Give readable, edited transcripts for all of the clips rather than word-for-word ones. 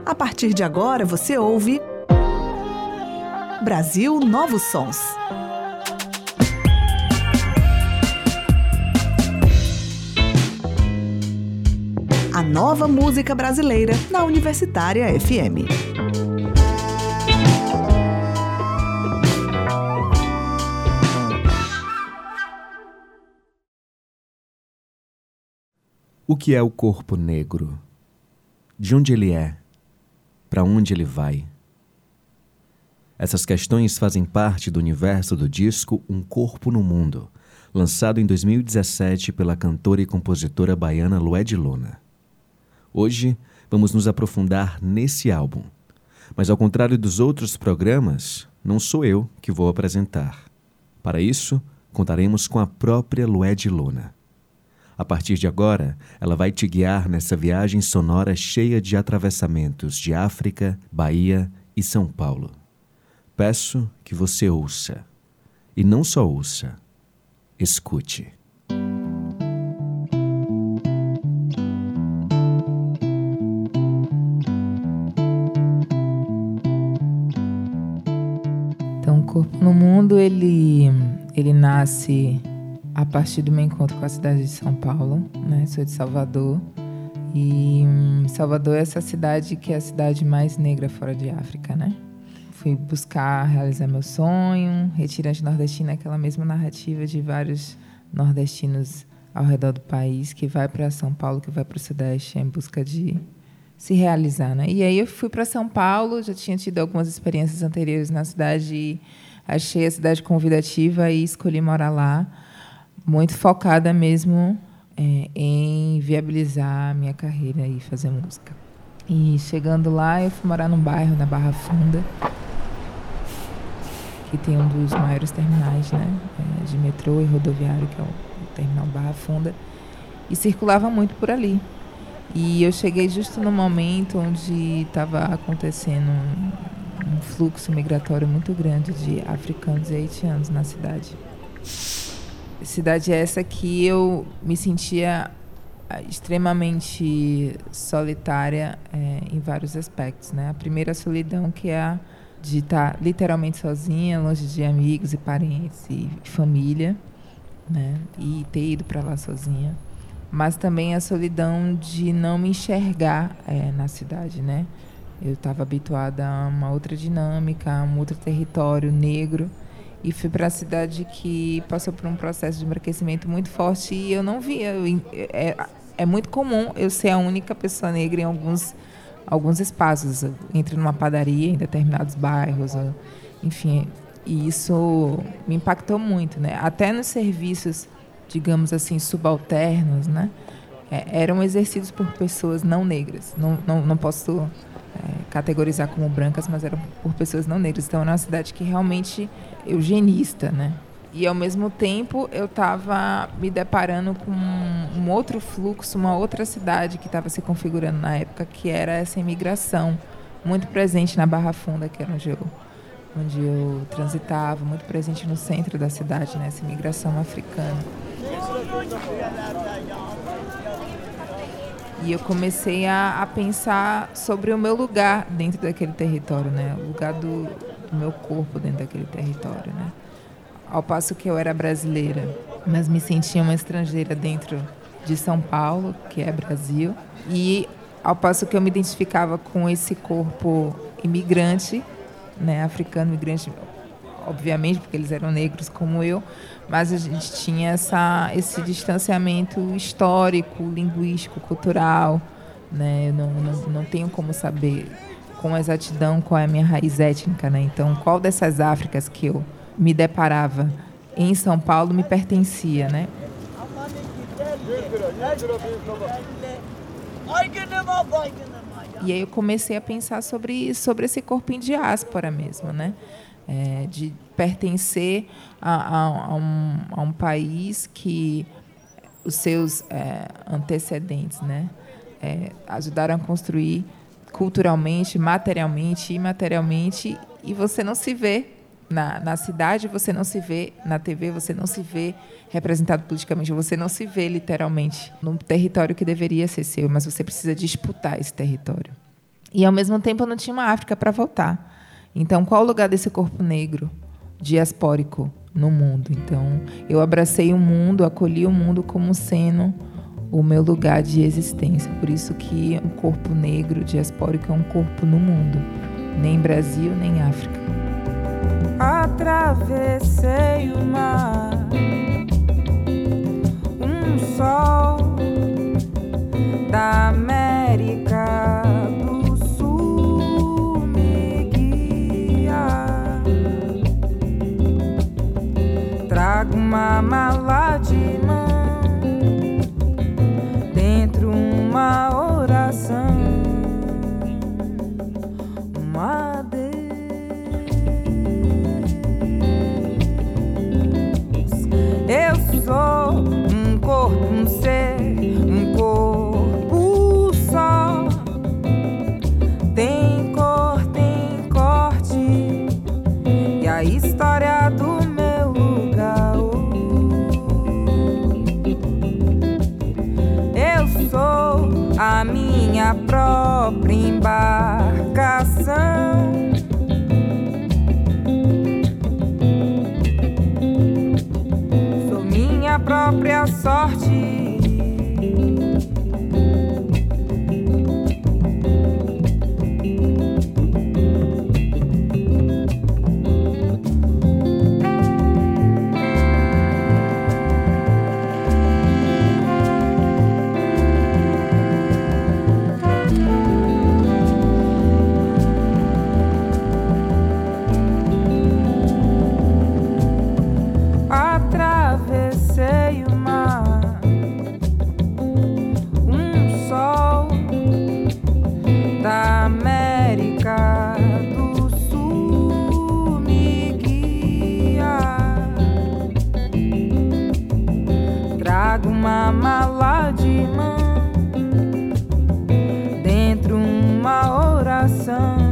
A partir de agora você ouve Brasil Novos Sons. A nova música brasileira na Universitária FM. O que é o corpo negro? De onde ele é? Para onde ele vai? Essas questões fazem parte do universo do disco Um Corpo no Mundo, lançado em 2017 pela cantora e compositora baiana Lued Luna. Hoje, vamos nos aprofundar nesse álbum. Mas ao contrário dos outros programas, não sou eu que vou apresentar. Para isso, contaremos com a própria Lued Luna. A partir de agora, ela vai te guiar nessa viagem sonora cheia de atravessamentos de África, Bahia e São Paulo. Peço que você ouça. E não só ouça, escute. Então, o Corpo no Mundo, ele nasce a partir do meu encontro com a cidade de São Paulo, né? Sou de Salvador. E Salvador é essa cidade que é a cidade mais negra fora de África, né? Fui buscar realizar meu sonho. Retirante Nordestina é aquela mesma narrativa de vários nordestinos ao redor do país que vai para São Paulo, que vai para o Sudeste em busca de se realizar, né? E aí eu fui para São Paulo, já tinha tido algumas experiências anteriores na cidade e achei a cidade convidativa e escolhi morar lá, muito focada mesmo em viabilizar a minha carreira e fazer música. E chegando lá, eu fui morar num bairro, na Barra Funda, que tem um dos maiores terminais, né, de metrô e rodoviário, que é o terminal Barra Funda, e circulava muito por ali. E eu cheguei justo no momento onde estava acontecendo um fluxo migratório muito grande de africanos e haitianos na cidade. Cidade essa que eu me sentia extremamente solitária em vários aspectos, né? A primeira solidão, que é a de estar literalmente sozinha, longe de amigos e parentes e família, né? E ter ido para lá sozinha. Mas também a solidão de não me enxergar na cidade, né? Eu estava habituada a uma outra dinâmica, a um outro território negro, e fui para a cidade que passou por um processo de embranquecimento muito forte e eu não via. É muito comum eu ser a única pessoa negra em alguns espaços. Eu entro numa padaria em determinados bairros, enfim, e isso me impactou muito, né? Até nos serviços, digamos assim, subalternos, né? Eram exercidos por pessoas não negras. Não posso categorizar como brancas, mas eram por pessoas não negras. Então, era uma cidade que realmente eugenista, né? E, ao mesmo tempo, eu estava me deparando com um outro fluxo, uma outra cidade que estava se configurando na época, que era essa imigração muito presente na Barra Funda, que era onde eu transitava, muito presente no centro da cidade, né? Essa imigração africana. E eu comecei a pensar sobre o meu lugar dentro daquele território, né? O lugar do meu corpo dentro daquele território, né? Ao passo que eu era brasileira, mas me sentia uma estrangeira dentro de São Paulo, que é Brasil. E ao passo que eu me identificava com esse corpo imigrante, né? Africano, imigrante, obviamente, porque eles eram negros como eu, mas a gente tinha esse distanciamento histórico, linguístico, cultural, né? Eu não tenho como saber com exatidão qual é a minha raiz étnica, né? Então, qual dessas Áfricas que eu me deparava em São Paulo me pertencia, né? E aí eu comecei a pensar sobre esse corpo em diáspora mesmo, né? De pertencer a um país que os seus antecedentes, né, ajudaram a construir culturalmente, materialmente, imaterialmente, e você não se vê na cidade, você não se vê na TV, você não se vê representado politicamente, você não se vê literalmente num território que deveria ser seu, mas você precisa disputar esse território. E, ao mesmo tempo, eu não tinha uma África para voltar. Então, qual o lugar desse corpo negro diaspórico no mundo? Então, eu abracei o mundo, acolhi o mundo como sendo o meu lugar de existência. Por isso que um corpo negro diaspórico é um corpo no mundo. Nem Brasil, nem África. Atravessei o mar, um sol da América do Sul me guia. Trago uma mala de mão, dentro uma oração, uma eu sou um corpo, um ser, um corpo só. Tem cor, tem corte, e a história do meu lugar. Eu sou a minha própria embarcação. Minha própria sorte. Atravessei o mar, um sol da América do Sul me guia. Trago uma mala de mão, dentro uma oração.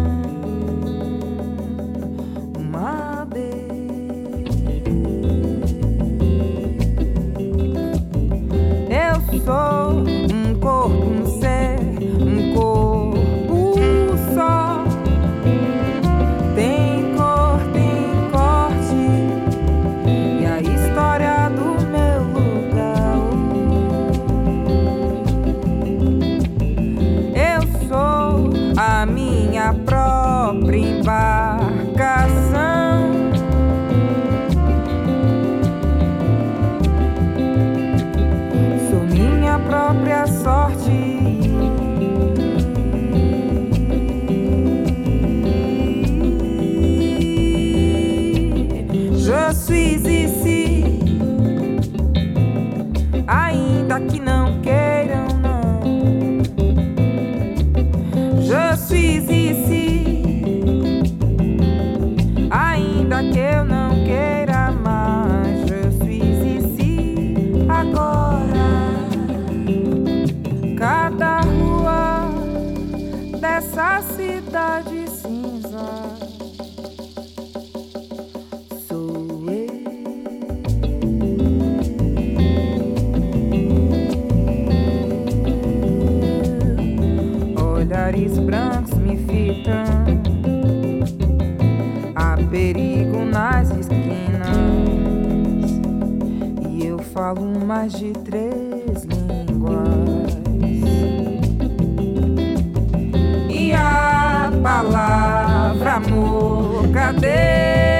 Sou um corpo, um ser, um corpo só. Tem cor, tem corte, e a história do meu lugar. Eu sou a minha própria embarcação. Própria sorte. Je suis ici, ainda que não queiram, não. Je suis ici, ainda que eu não queira mais. Je suis ici, agora. Cada rua dessa cidade cinza sou eu. Olhares brancos me fitam, há perigo nas esquinas, e eu falo mais de 3 línguas. E a palavra amor, cadê?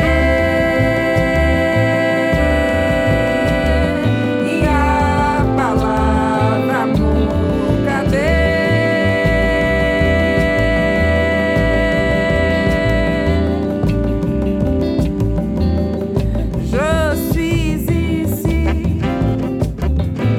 E a palavra amor, cadê? Je suis ici,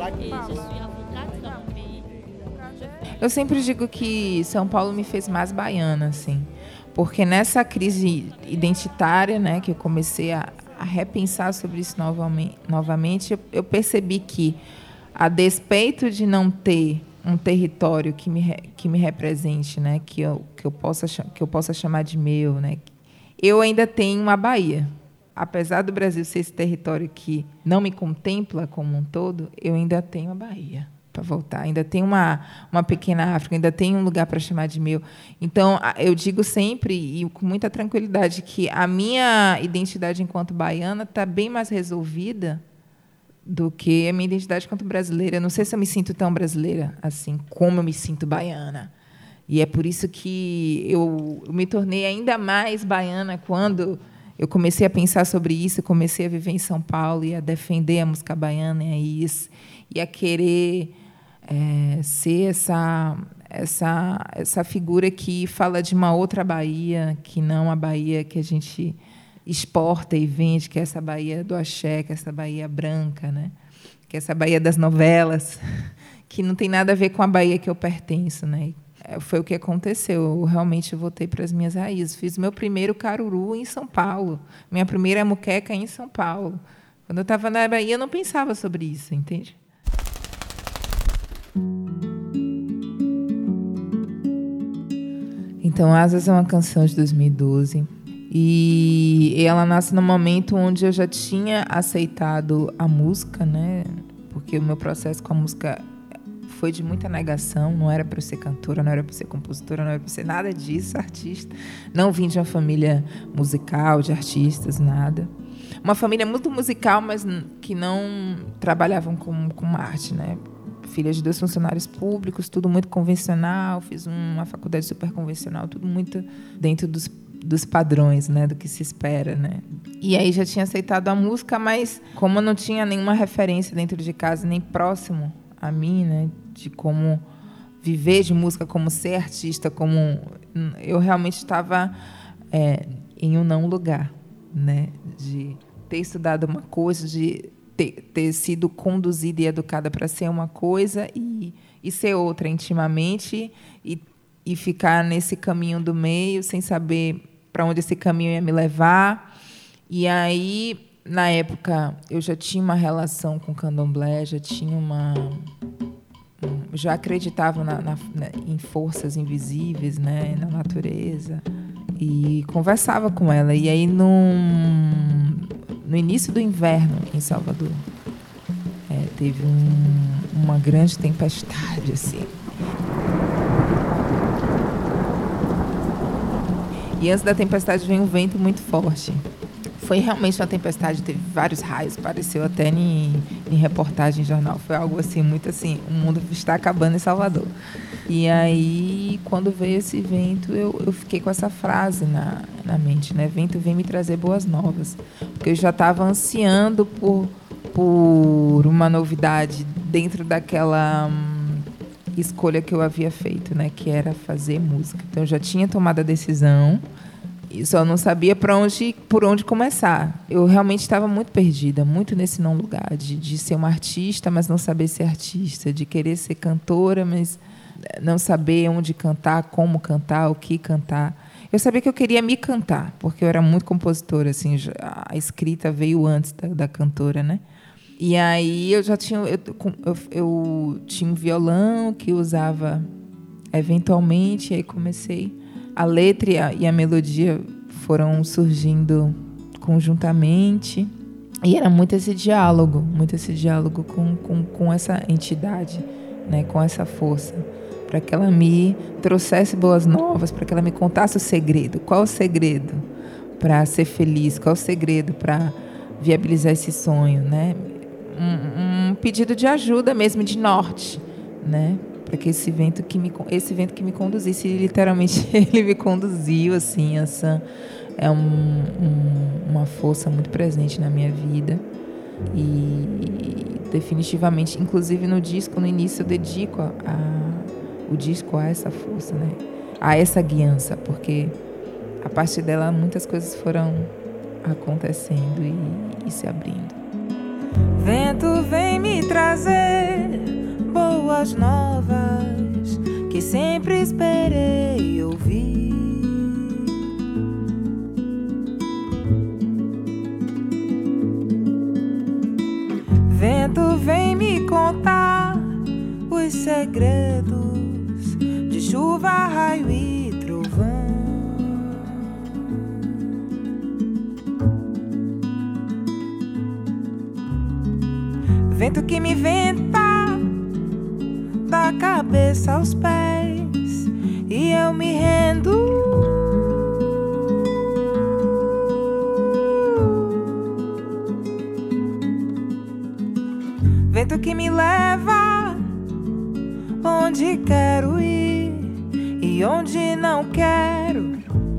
Eu sempre digo que São Paulo me fez mais baiana, assim, porque nessa crise identitária, né, que eu comecei a repensar sobre isso novamente, eu percebi que, a despeito de não ter um território que me represente, né, que eu possa chamar de meu, né, eu ainda tenho uma Bahia. Apesar do Brasil ser esse território que não me contempla como um todo, eu ainda tenho a Bahia para voltar. Ainda tenho uma pequena África, ainda tenho um lugar para chamar de meu. Então, eu digo sempre, e com muita tranquilidade, que a minha identidade enquanto baiana está bem mais resolvida do que a minha identidade enquanto brasileira. Eu não sei se eu me sinto tão brasileira assim como eu me sinto baiana. E é por isso que eu me tornei ainda mais baiana quando eu comecei a pensar sobre isso, comecei a viver em São Paulo e a defender a música baiana e a querer ser essa figura que fala de uma outra Bahia, que não a Bahia que a gente exporta e vende, que é essa Bahia do axé, que é essa Bahia branca, né? Que é essa Bahia das novelas, que não tem nada a ver com a Bahia que eu pertenço, né? Foi o que aconteceu. Eu realmente voltei para as minhas raízes. Fiz meu primeiro caruru em São Paulo, minha primeira muqueca em São Paulo. Quando eu estava na Bahia, eu não pensava sobre isso, entende? Então, Asas é uma canção de 2012 e ela nasce num momento onde eu já tinha aceitado a música, né? Porque o meu processo com a música foi de muita negação. Não era para eu ser cantora, não era para eu ser compositora, não era para eu ser nada disso, artista. Não vim de uma família musical, de artistas, nada. Uma família muito musical, mas que não trabalhavam com arte, né? Filha de 2 funcionários públicos, tudo muito convencional. Fiz uma faculdade super convencional, tudo muito dentro dos padrões, né, do que se espera, né? E aí já tinha aceitado a música, mas como eu não tinha nenhuma referência dentro de casa, nem próximo a mim, né, de como viver de música, como ser artista, como eu realmente estava em um não lugar, né, de ter estudado uma coisa, de ter sido conduzida e educada para ser uma coisa e ser outra intimamente e ficar nesse caminho do meio sem saber para onde esse caminho ia me levar. E aí, na época, eu já tinha uma relação com o candomblé, já acreditava em forças invisíveis, né, na natureza, e conversava com ela. E aí, no início do inverno em Salvador, teve uma grande tempestade, assim. E antes da tempestade veio um vento muito forte. Foi realmente uma tempestade, teve vários raios, pareceu até em reportagem em jornal. Foi algo assim, muito assim, o mundo está acabando em Salvador. E aí, quando veio esse vento, eu fiquei com essa frase na mente, né? Vento vem me trazer boas novas. Porque eu já estava ansiando por uma novidade dentro daquela escolha que eu havia feito, né? Que era fazer música. Então, eu já tinha tomado a decisão e só não sabia por onde começar. Eu realmente estava muito perdida, muito nesse não lugar, de ser uma artista, mas não saber ser artista, de querer ser cantora, mas não saber onde cantar, como cantar, o que cantar. Eu sabia que eu queria me cantar, porque eu era muito compositora, assim, a escrita veio antes da cantora, né? E aí eu já tinha eu tinha um violão que eu usava eventualmente, e aí comecei. A letra e a melodia foram surgindo conjuntamente. E era muito esse diálogo com essa entidade, né, com essa força, para que ela me trouxesse boas novas, para que ela me contasse o segredo. Qual o segredo para ser feliz? Qual o segredo para viabilizar esse sonho, né? Um pedido de ajuda mesmo, de norte, né? Para que esse vento que me conduzisse, literalmente ele me conduziu, assim. Essa é uma força muito presente na minha vida e definitivamente, inclusive no disco, no início eu dedico o disco a essa força, né? A essa guiança, porque a partir dela muitas coisas foram acontecendo e se abrindo. Vento vem me trazer boas novas que sempre esperei ouvir. Vento vem me contar os segredos de chuva, raio e trovão. Vento que me venta da cabeça aos pés e eu me rendo. Vento que me leva onde quero ir e onde não quero.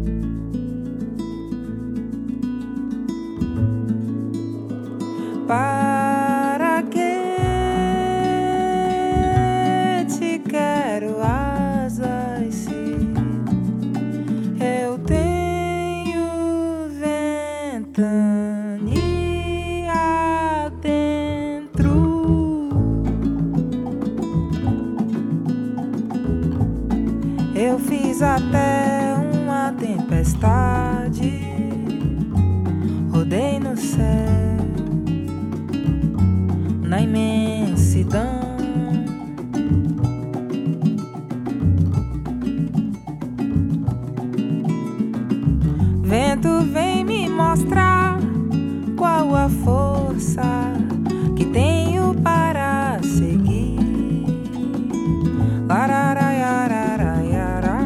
Para que te quero asas se eu tenho ventania dentro? Eu fiz até uma tempestade, rodei no céu, na imensidão. Vento vem me mostrar qual a força que tenho para seguir. Lararaiararaiará.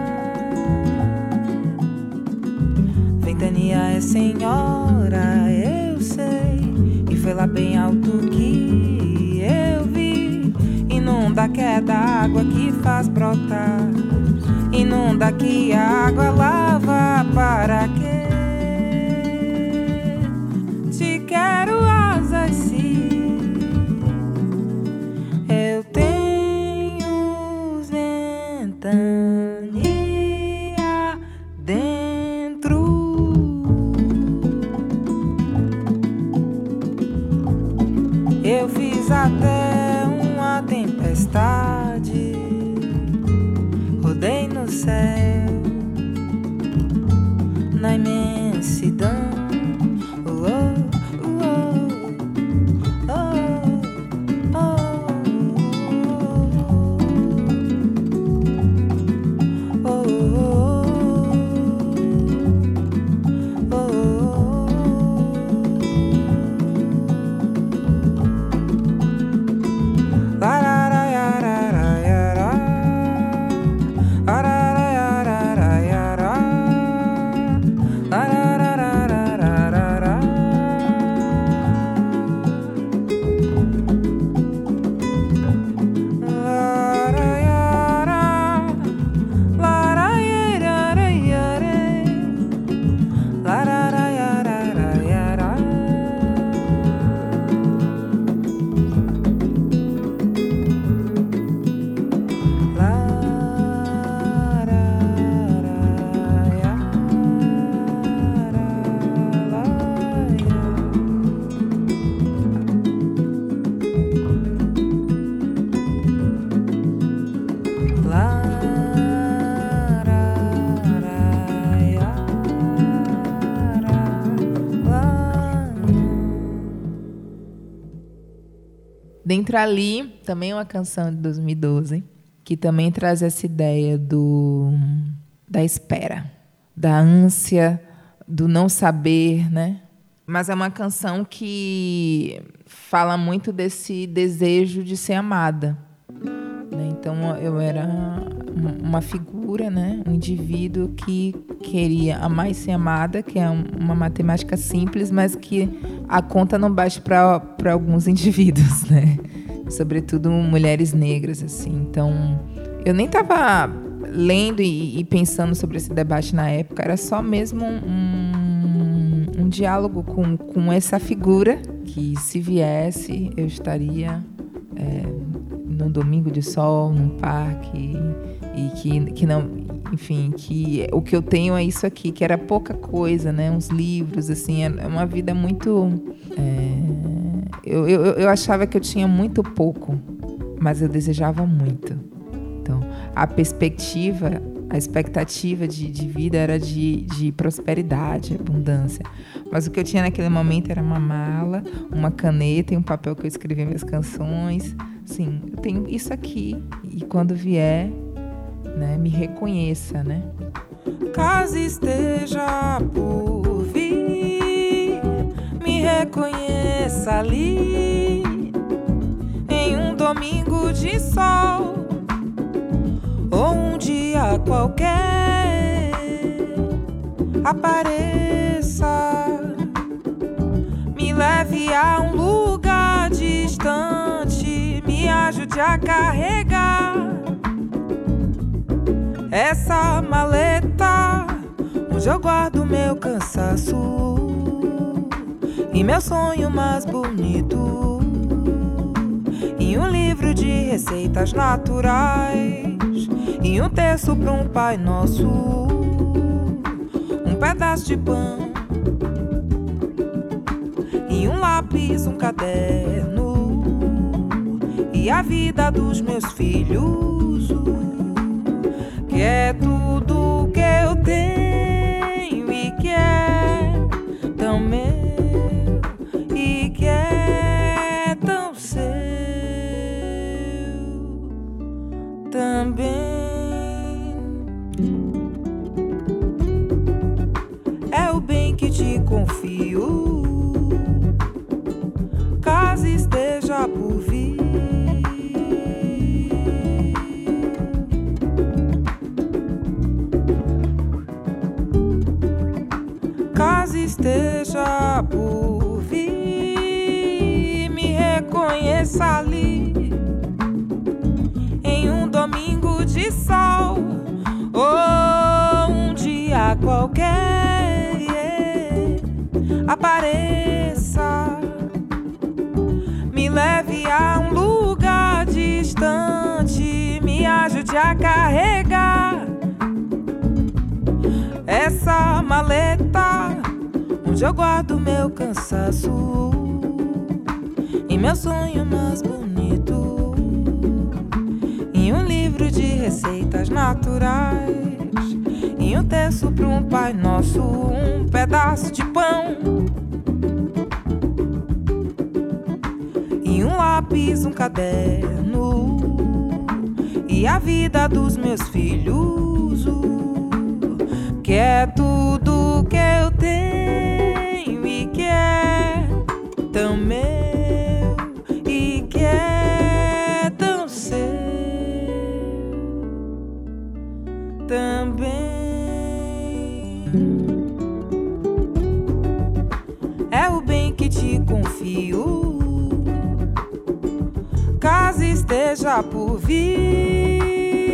Ventania é senhora, eu sei, e foi lá bem alto que eu vi. Inunda que é da água que faz brotar, inunda que a água lava. Para que te quero asas se eu tenho ventania dentro? Eu fiz até uma tempestade, rodei no céu, na imensidão. Oh, oh, oh, oh, oh, oh, oh, oh, oh. Dentro ali, também uma canção de 2012, que também traz essa ideia da espera, da ânsia, do não saber, né? Mas é uma canção que fala muito desse desejo de ser amada, né? Então, eu era uma figura, né? Um indivíduo que queria amar e ser amada, que é uma matemática simples, mas que a conta não bate para alguns indivíduos, né? Sobretudo mulheres negras, assim. Então, eu nem estava lendo e pensando sobre esse debate na época, era só mesmo um diálogo com essa figura que, se viesse, eu estaria num domingo de sol, num parque, e que não, enfim, que o que eu tenho é isso aqui, que era pouca coisa, né? Uns livros, assim, é uma vida muito... Eu achava que eu tinha muito pouco, mas eu desejava muito. Então, a expectativa de vida era de prosperidade, abundância. Mas o que eu tinha naquele momento era uma mala, uma caneta e um papel que eu escrevia minhas canções. Sim, eu tenho isso aqui. E quando vier, né, me reconheça, né? Caso esteja por vir, me reconheça ali, em um domingo de sol ou um dia qualquer. Apareça, me leve a um lugar distante, me ajude a carregar essa maleta, onde eu guardo meu cansaço e meu sonho mais bonito, e um livro de receitas naturais, e um terço para um Pai Nosso, um pedaço de pão, e um lápis, um caderno, e a vida dos meus filhos, que é tudo que eu tenho e que é tão meu e que é tão seu também. É o bem que te confio, caso esteja por vir. Caso esteja por vir, me reconheça ali, em um domingo de sol ou um dia qualquer. Apareça, me leve a um lugar distante, me ajude a carregar essa maleta, onde eu guardo meu cansaço e meu sonho mais bonito, e um livro de receitas naturais, e um terço para um Pai Nosso, um pedaço de pão, e um lápis, um caderno, e a vida dos meus filhos, que é tudo que eu tenho e que é tão meu e que é tão seu também. É o bem que te confio, caso esteja por vir.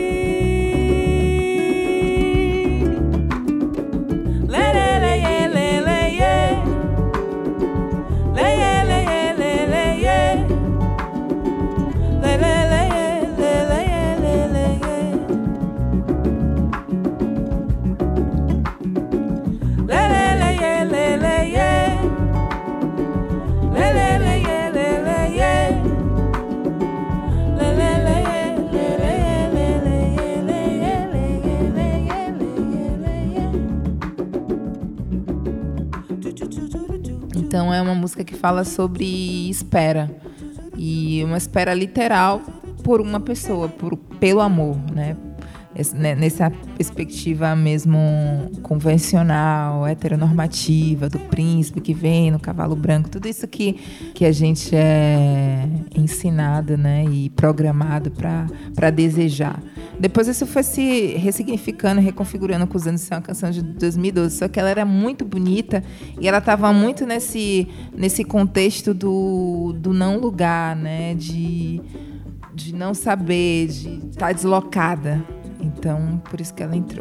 Então é uma música que fala sobre espera, e uma espera literal por uma pessoa, pelo amor, né? Nessa perspectiva mesmo convencional, heteronormativa, do príncipe que vem no cavalo branco, tudo isso que a gente é ensinado, né, e programado para desejar. Depois isso foi se ressignificando, reconfigurando com os anos. Isso é uma canção de 2012, só que ela era muito bonita e ela estava muito nesse contexto do não lugar, né, de não saber, de estar deslocada. Então, por isso que ela entrou.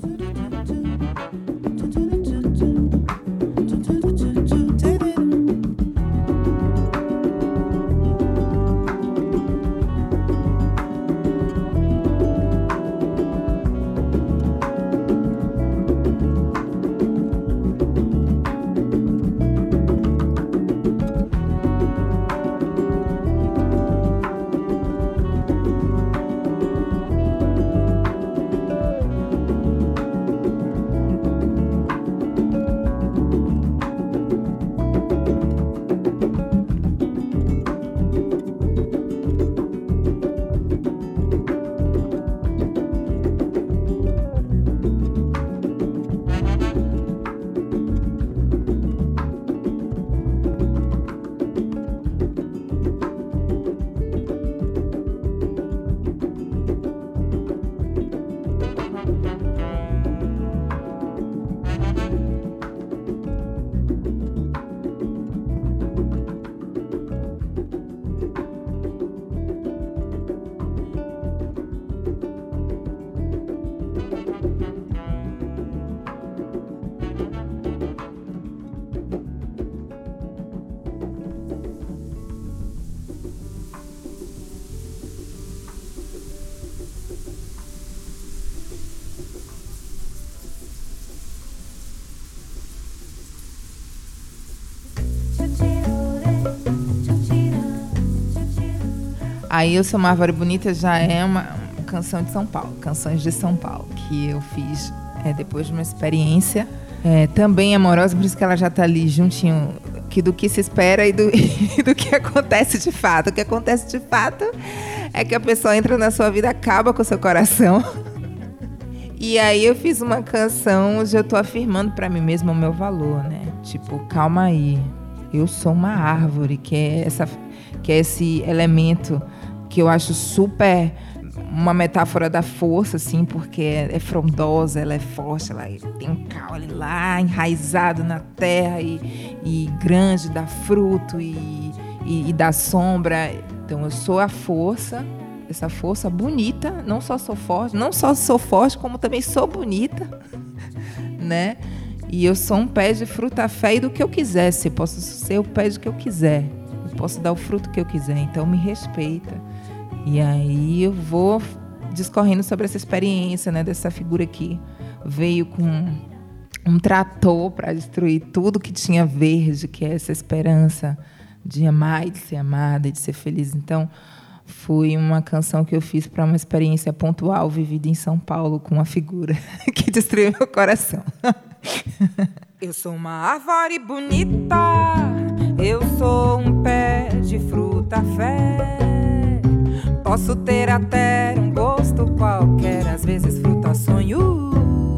Aí Eu Sou Uma Árvore Bonita já é uma canção de São Paulo, Canções de São Paulo, que eu fiz depois de uma experiência também amorosa, por isso que ela já está ali juntinho, que do que se espera e do que acontece de fato. O que acontece de fato é que a pessoa entra na sua vida, acaba com o seu coração. E aí eu fiz uma canção onde eu tô afirmando pra mim mesma o meu valor, né? Tipo, calma aí, eu sou uma árvore, que é esse elemento que eu acho super uma metáfora da força, assim, porque é frondosa, ela é forte, ela tem um caule lá enraizado na terra e grande, dá fruto e dá sombra. Então eu sou a força, essa força bonita, não só sou forte, como também sou bonita, né? E eu sou um pé de fruta-fé e do que eu quiser, eu posso ser o pé do que eu quiser, eu posso dar o fruto que eu quiser, então me respeita. E aí eu vou discorrendo sobre essa experiência, né, dessa figura que veio com um trator para destruir tudo que tinha verde, que é essa esperança de amar e de ser amada e de ser feliz. Então, foi uma canção que eu fiz para uma experiência pontual vivida em São Paulo com uma figura que destruiu meu coração. Eu sou uma árvore bonita, eu sou um pé de fruta-fé. Posso ter até um gosto qualquer, às vezes fruta sonho,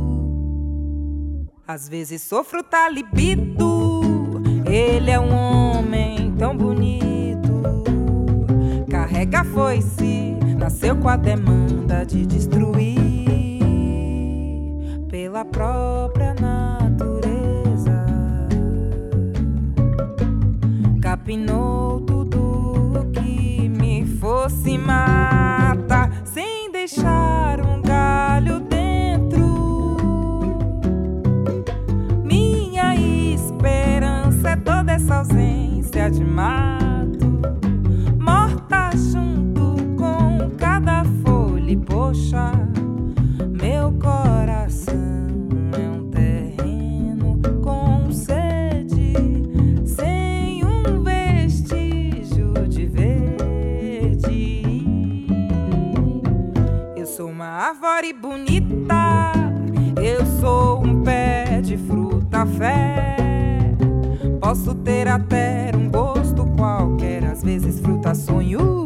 às vezes sou fruta libido. Ele é um homem tão bonito, carrega a foice, nasceu com a demanda de destruir pela própria natureza. Capinou tudo que me fosse mata, sem deixar um galho dentro. Minha esperança é toda essa ausência de mato, morta junto com cada folha. E poxa, meu coração é um terreno com sede, sem um vestígio de verde. Eu sou uma árvore bonita, eu sou um pé de fruta-fé. Posso ter até um gosto qualquer, às vezes fruta sonho.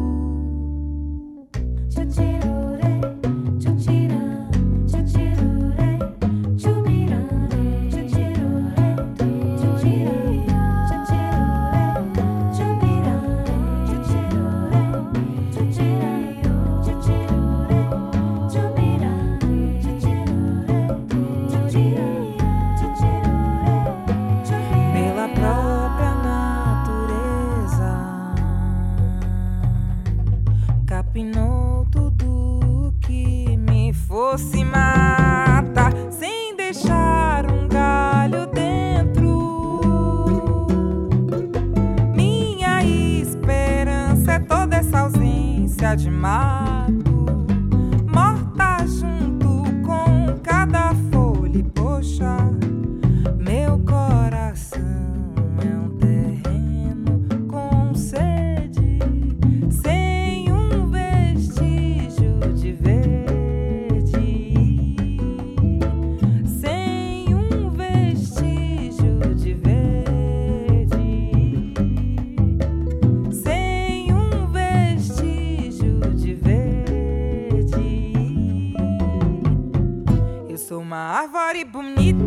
Capinou tudo que me fosse mata, sem deixar um galho dentro. Minha esperança é toda essa ausência de mato, morta junto com cada folha. E poxa, meu coração é um terreno com sede, sem um vestígio de verde, sem um vestígio de verde, sem um vestígio de verde. Eu sou uma árvore bonita.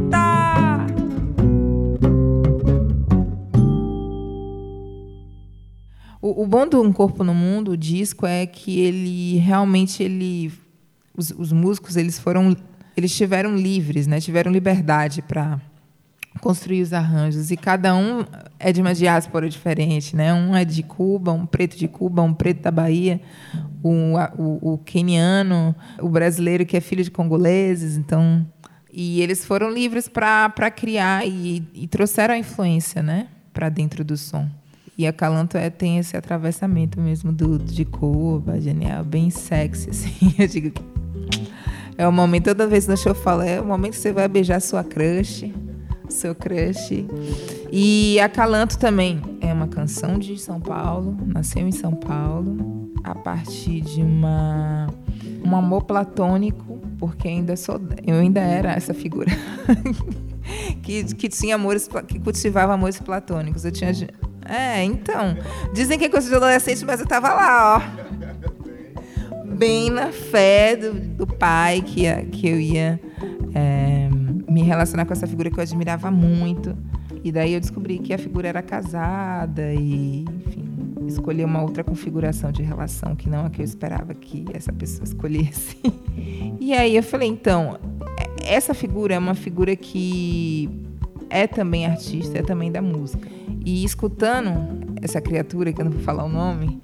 O bom do Um Corpo no Mundo, o disco, é que ele realmente os músicos eles tiveram livres, né? Tiveram liberdade para construir os arranjos, e cada um é de uma diáspora diferente, né? Um é de Cuba, um preto de Cuba, um preto da Bahia, o queniano, o brasileiro que é filho de congoleses. Então, e eles foram livres para criar e trouxeram a influência, né, para dentro do som. E a Calanto tem esse atravessamento mesmo de Cuba, genial, bem sexy, assim. Eu digo que é o momento, toda vez no show eu falo, é o momento que você vai beijar sua crush, seu crush. E a Calanto também é uma canção de São Paulo, nasceu em São Paulo, a partir de um amor platônico, porque eu ainda era essa figura que tinha amores, que cultivava amores platônicos. Eu tinha... então, dizem que é coisa de adolescente, mas eu tava lá, ó, bem na fé do pai, que eu ia me relacionar com essa figura que eu admirava muito. E daí eu descobri que a figura era casada e, enfim, escolhi uma outra configuração de relação que não a que eu esperava que essa pessoa escolhesse. E aí eu falei, então, essa figura é uma figura que é também artista, é também da música. E escutando essa criatura, que eu não vou falar o nome,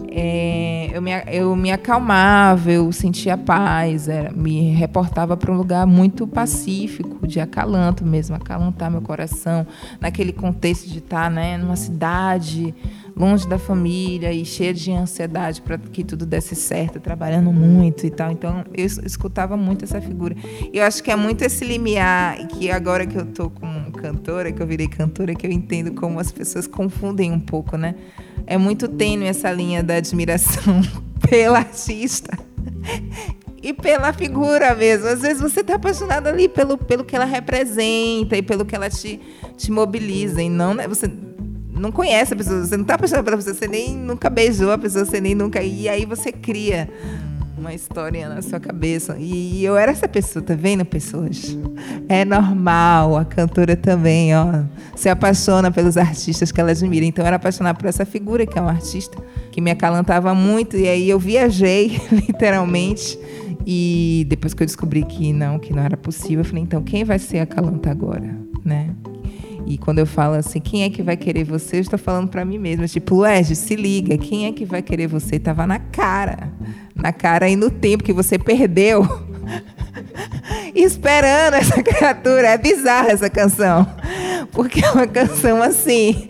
eu me acalmava, eu sentia paz, me reportava para um lugar muito pacífico, de acalanto mesmo, acalantar meu coração, naquele contexto de estar, né, numa cidade longe da família e cheia de ansiedade para que tudo desse certo, trabalhando muito e tal. Então, eu escutava muito essa figura. E eu acho que é muito esse limiar, que agora que eu estou como cantora, que eu virei cantora, que eu entendo como as pessoas confundem um pouco, né? É muito tênue essa linha da admiração pela artista e pela figura mesmo. Às vezes você está apaixonado ali pelo que ela representa e pelo que ela te mobiliza. E não, né, você não conhece a pessoa, você não está apaixonado pela pessoa, você nem nunca beijou a pessoa, você nem nunca... E aí você cria uma história na sua cabeça. E eu era essa pessoa, tá vendo, pessoas? É normal, a cantora também, ó, se apaixona pelos artistas que ela admira. Então eu era apaixonada por essa figura, que é um artista que me acalantava muito. E aí eu viajei, literalmente. E depois que eu descobri que não era possível, eu falei, então quem vai ser acalanta agora, né? E quando eu falo assim, quem é que vai querer você? Eu estou falando para mim mesma. Tipo, Luege, se liga, quem é que vai querer você? Tava na cara e no tempo que você perdeu esperando essa criatura. É bizarra essa canção, porque é uma canção assim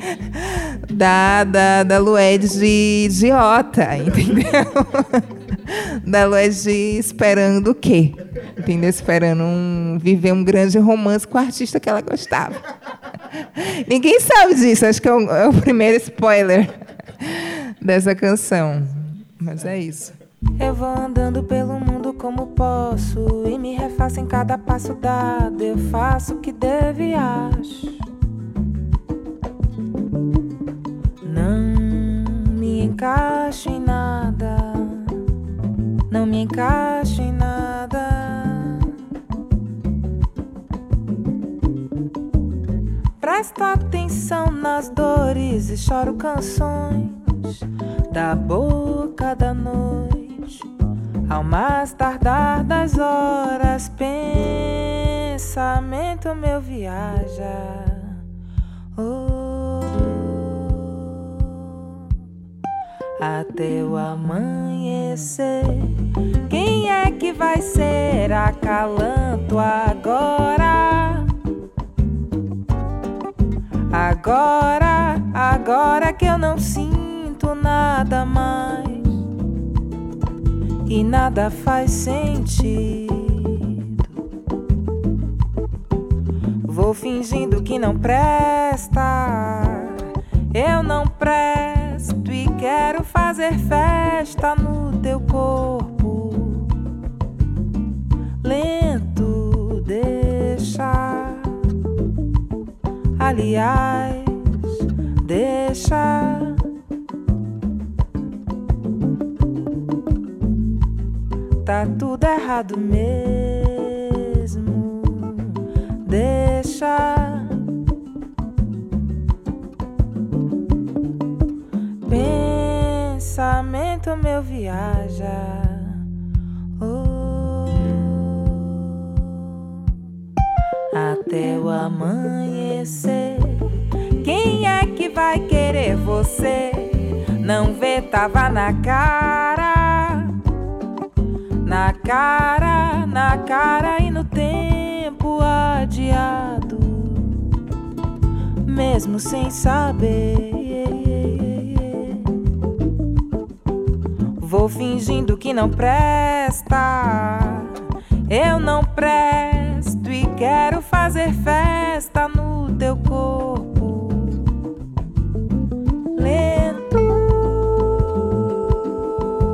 da Luege idiota, entendeu? Da Luege esperando o quê? Entendeu? Esperando viver um grande romance com o artista que ela gostava. Ninguém sabe disso, acho que é o primeiro spoiler dessa canção. Mas é isso. Eu vou andando pelo mundo como posso e me refaço em cada passo dado. Eu faço o que devo e acho. Não me encaixo em nada. Não me encaixo em nada. Presto atenção nas dores e choro canções da boca da noite. Ao mais tardar das horas, pensamento meu viaja. Até o amanhecer. Quem é que vai ser acalanto agora? Agora que eu não sinto nada mais e nada faz sentido. Vou fingindo que não presta, eu não presto e quero fazer festa no teu corpo. Lento, deixa. Aliás, deixa. Tá tudo errado mesmo. Deixa. Pensamento meu viaja. Até o amanhecer. Quem é que vai querer você? Não vê, tava na cara. Na cara e no tempo adiado. Mesmo sem saber. Vou fingindo que não presta. Eu não presto e quero fazer festa no teu corpo. Lento.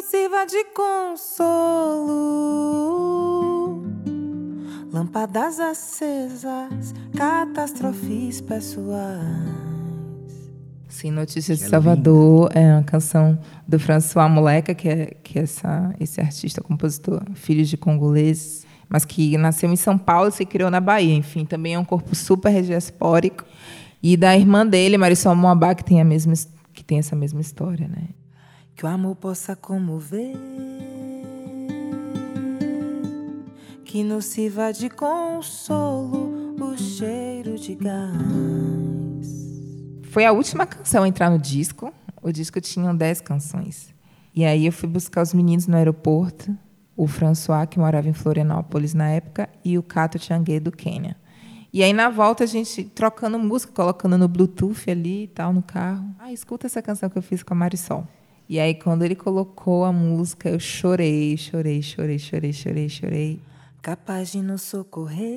sirva de consolo. Lâmpadas acesas, catástrofes pessoais. Sim, Notícias de Salvador é uma canção do François Moleca, que é esse artista, compositor, filho de congoleses, mas que nasceu em São Paulo e se criou na Bahia. Enfim, também é um corpo super diaspórico. E da irmã dele, Marisol Moabá, que tem essa mesma história, né? Que o amor possa comover, que nos sirva de consolo o cheiro de gás. Foi a última canção a entrar no disco. O disco tinha 10 canções. E aí eu fui buscar os meninos no aeroporto, o François, que morava em Florianópolis na época, e o Kato Changue, do Quênia. E aí, na volta, a gente trocando música, colocando no Bluetooth ali e tal, no carro. Escuta essa canção que eu fiz com a Marisol. E aí, quando ele colocou a música, eu chorei. Capaz de nos socorrer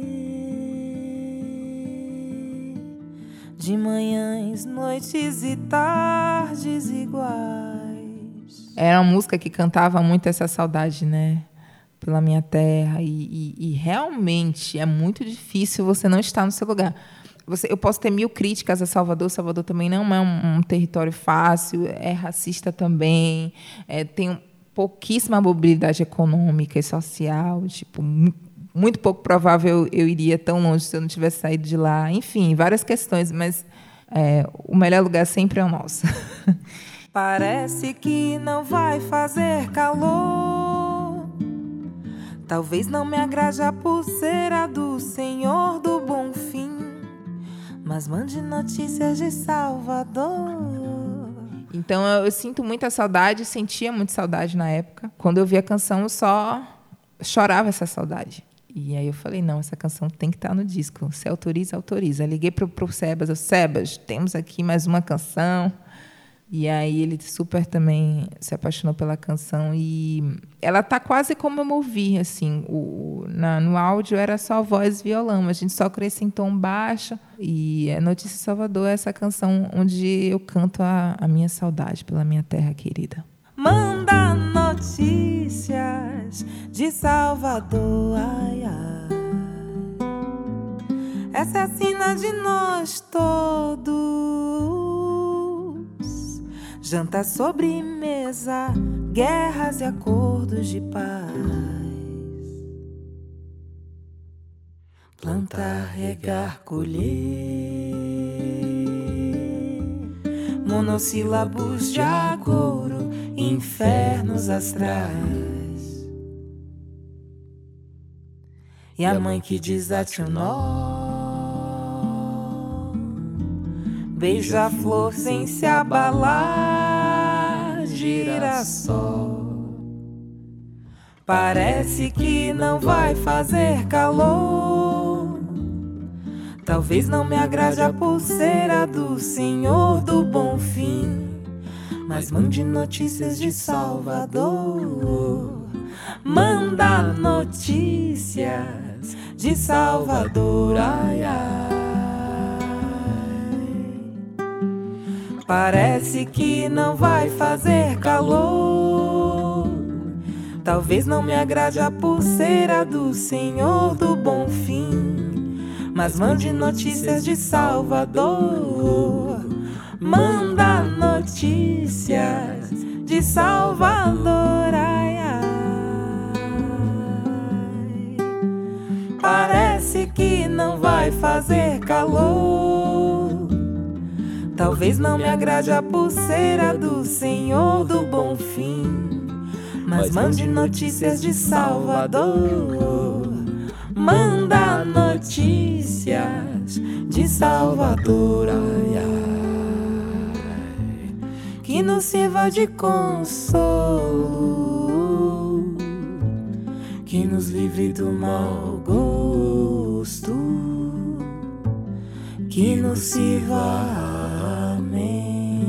de manhãs, noites e tardes iguais. Era uma música que cantava muito essa saudade, né? Pela minha terra. E realmente é muito difícil você não estar no seu lugar. Eu posso ter 1000 críticas a Salvador. Salvador também não é um território fácil, é racista também, tem pouquíssima mobilidade econômica e social, tipo, muito pouco provável eu iria tão longe se eu não tivesse saído de lá. Enfim, várias questões, mas o melhor lugar sempre é o nosso. Parece que não vai fazer calor. Talvez não me agrade a pulseira do Senhor do Bom Fim, mas mande notícias de Salvador. Então eu sinto muita saudade, sentia muita saudade na época. Quando eu vi a canção, eu só chorava essa saudade. E aí eu falei, não, essa canção tem que estar no disco. Se autoriza, autoriza. Liguei pro Sebas, Sebas, temos aqui mais uma canção. E aí ele super também se apaixonou pela canção. E ela tá quase como eu ouvi, assim. No áudio era só voz e violão. A gente só acrescentou um baixo. E a Notícia de Salvador é essa canção onde eu canto a minha saudade pela minha terra querida. Manda notícias de Salvador, ai, ai. Essa é a sina de nós todos. Janta, sobremesa, guerras e acordos de paz. Plantar, regar, colher, monossílabos de agouro, infernos astrais. E a mãe que desate o nó, beija-flor sem se abalar, girassol. Parece que não vai fazer calor. Talvez não me agrade a pulseira do Senhor do Bom Fim, mas mande notícias de Salvador. Manda notícias de Salvador, ai, ai. Parece que não vai fazer calor. Talvez não me agrade a pulseira do Senhor do Bom Fim, mas mande notícias de Salvador. Manda notícias de Salvador, ai, ai. Parece que não vai fazer calor. Talvez não me agrade a pulseira do Senhor do Bom Fim, mas mande notícias de Salvador. Manda notícias de Salvador, ai, ai, que nos sirva de consolo, que nos livre do mau gosto, que nos sirva. Amém.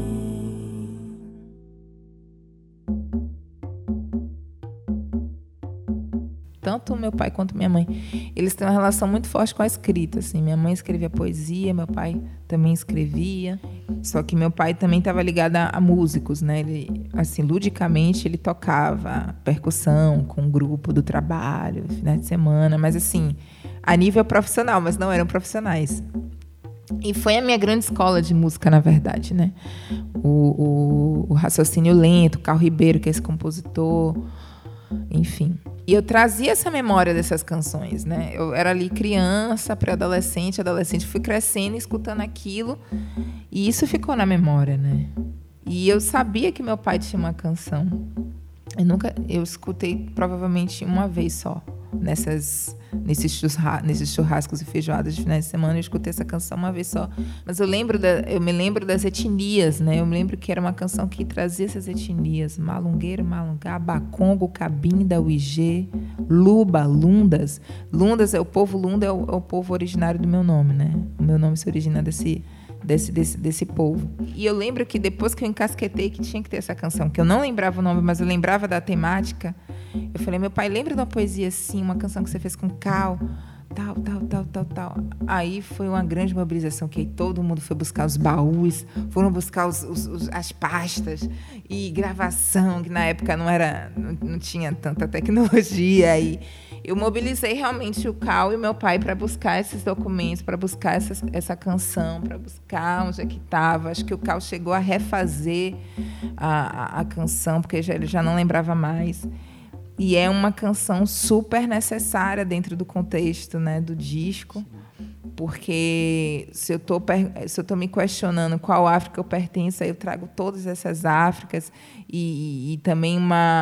Tanto meu pai quanto minha mãe, eles têm uma relação muito forte com a escrita, assim. Minha mãe escrevia poesia, meu pai também escrevia. Só que meu pai também estava ligado a músicos, né? Ele, assim, ludicamente, ele tocava percussão com um grupo do trabalho, finais de semana, mas assim, a nível profissional, mas não eram profissionais. E foi a minha grande escola de música, na verdade, né? O Raciocínio Lento, Carl Ribeiro, que é esse compositor, enfim. E eu trazia essa memória dessas canções, né? Eu era ali criança, pré-adolescente, adolescente, fui crescendo, escutando aquilo, e isso ficou na memória, né? E eu sabia que meu pai tinha uma canção. Eu escutei provavelmente uma vez só. Nesses churrascos e feijoadas de finais de semana, eu escutei essa canção uma vez só. Mas eu me lembro das etnias, né? Eu me lembro que era uma canção que trazia essas etnias: malungueiro, malungá, bacongo, cabinda, uigê, luba, lundas. Lundas, o povo lunda é o povo originário do meu nome, né? O meu nome se origina desse povo. E eu lembro que depois que eu encasquetei que tinha que ter essa canção, que eu não lembrava o nome, mas eu lembrava da temática, eu falei: meu pai, lembra de uma poesia assim, uma canção que você fez com Cal, tal. Aí foi uma grande mobilização, que aí todo mundo foi buscar os baús, foram buscar as pastas e gravação, que na época não tinha tanta tecnologia. E eu mobilizei realmente o Cal e o meu pai para buscar esses documentos, para buscar essa canção, para buscar onde é que estava. Acho que o Cal chegou a refazer a canção, porque ele já não lembrava mais. E é uma canção super necessária dentro do contexto, né, do disco, porque se eu tô me questionando qual África eu pertenço, aí eu trago todas essas Áfricas e também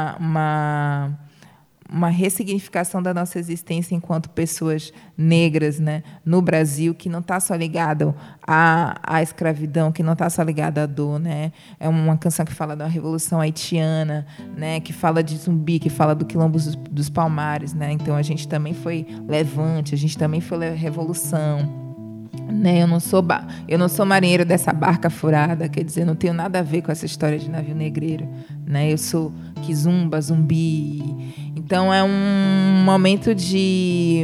uma ressignificação da nossa existência enquanto pessoas negras, né, no Brasil, que não está só ligada à escravidão, que não está só ligada à dor, né? É uma canção que fala da Revolução Haitiana, né, que fala de Zumbi, que fala do Quilombo dos Palmares, né? Então a gente também foi levante, a gente também foi revolução. Né, eu não sou marinheiro dessa barca furada, quer dizer, não tenho nada a ver com essa história de navio negreiro, né? Eu sou Kizumba, Zumbi. Então é um momento de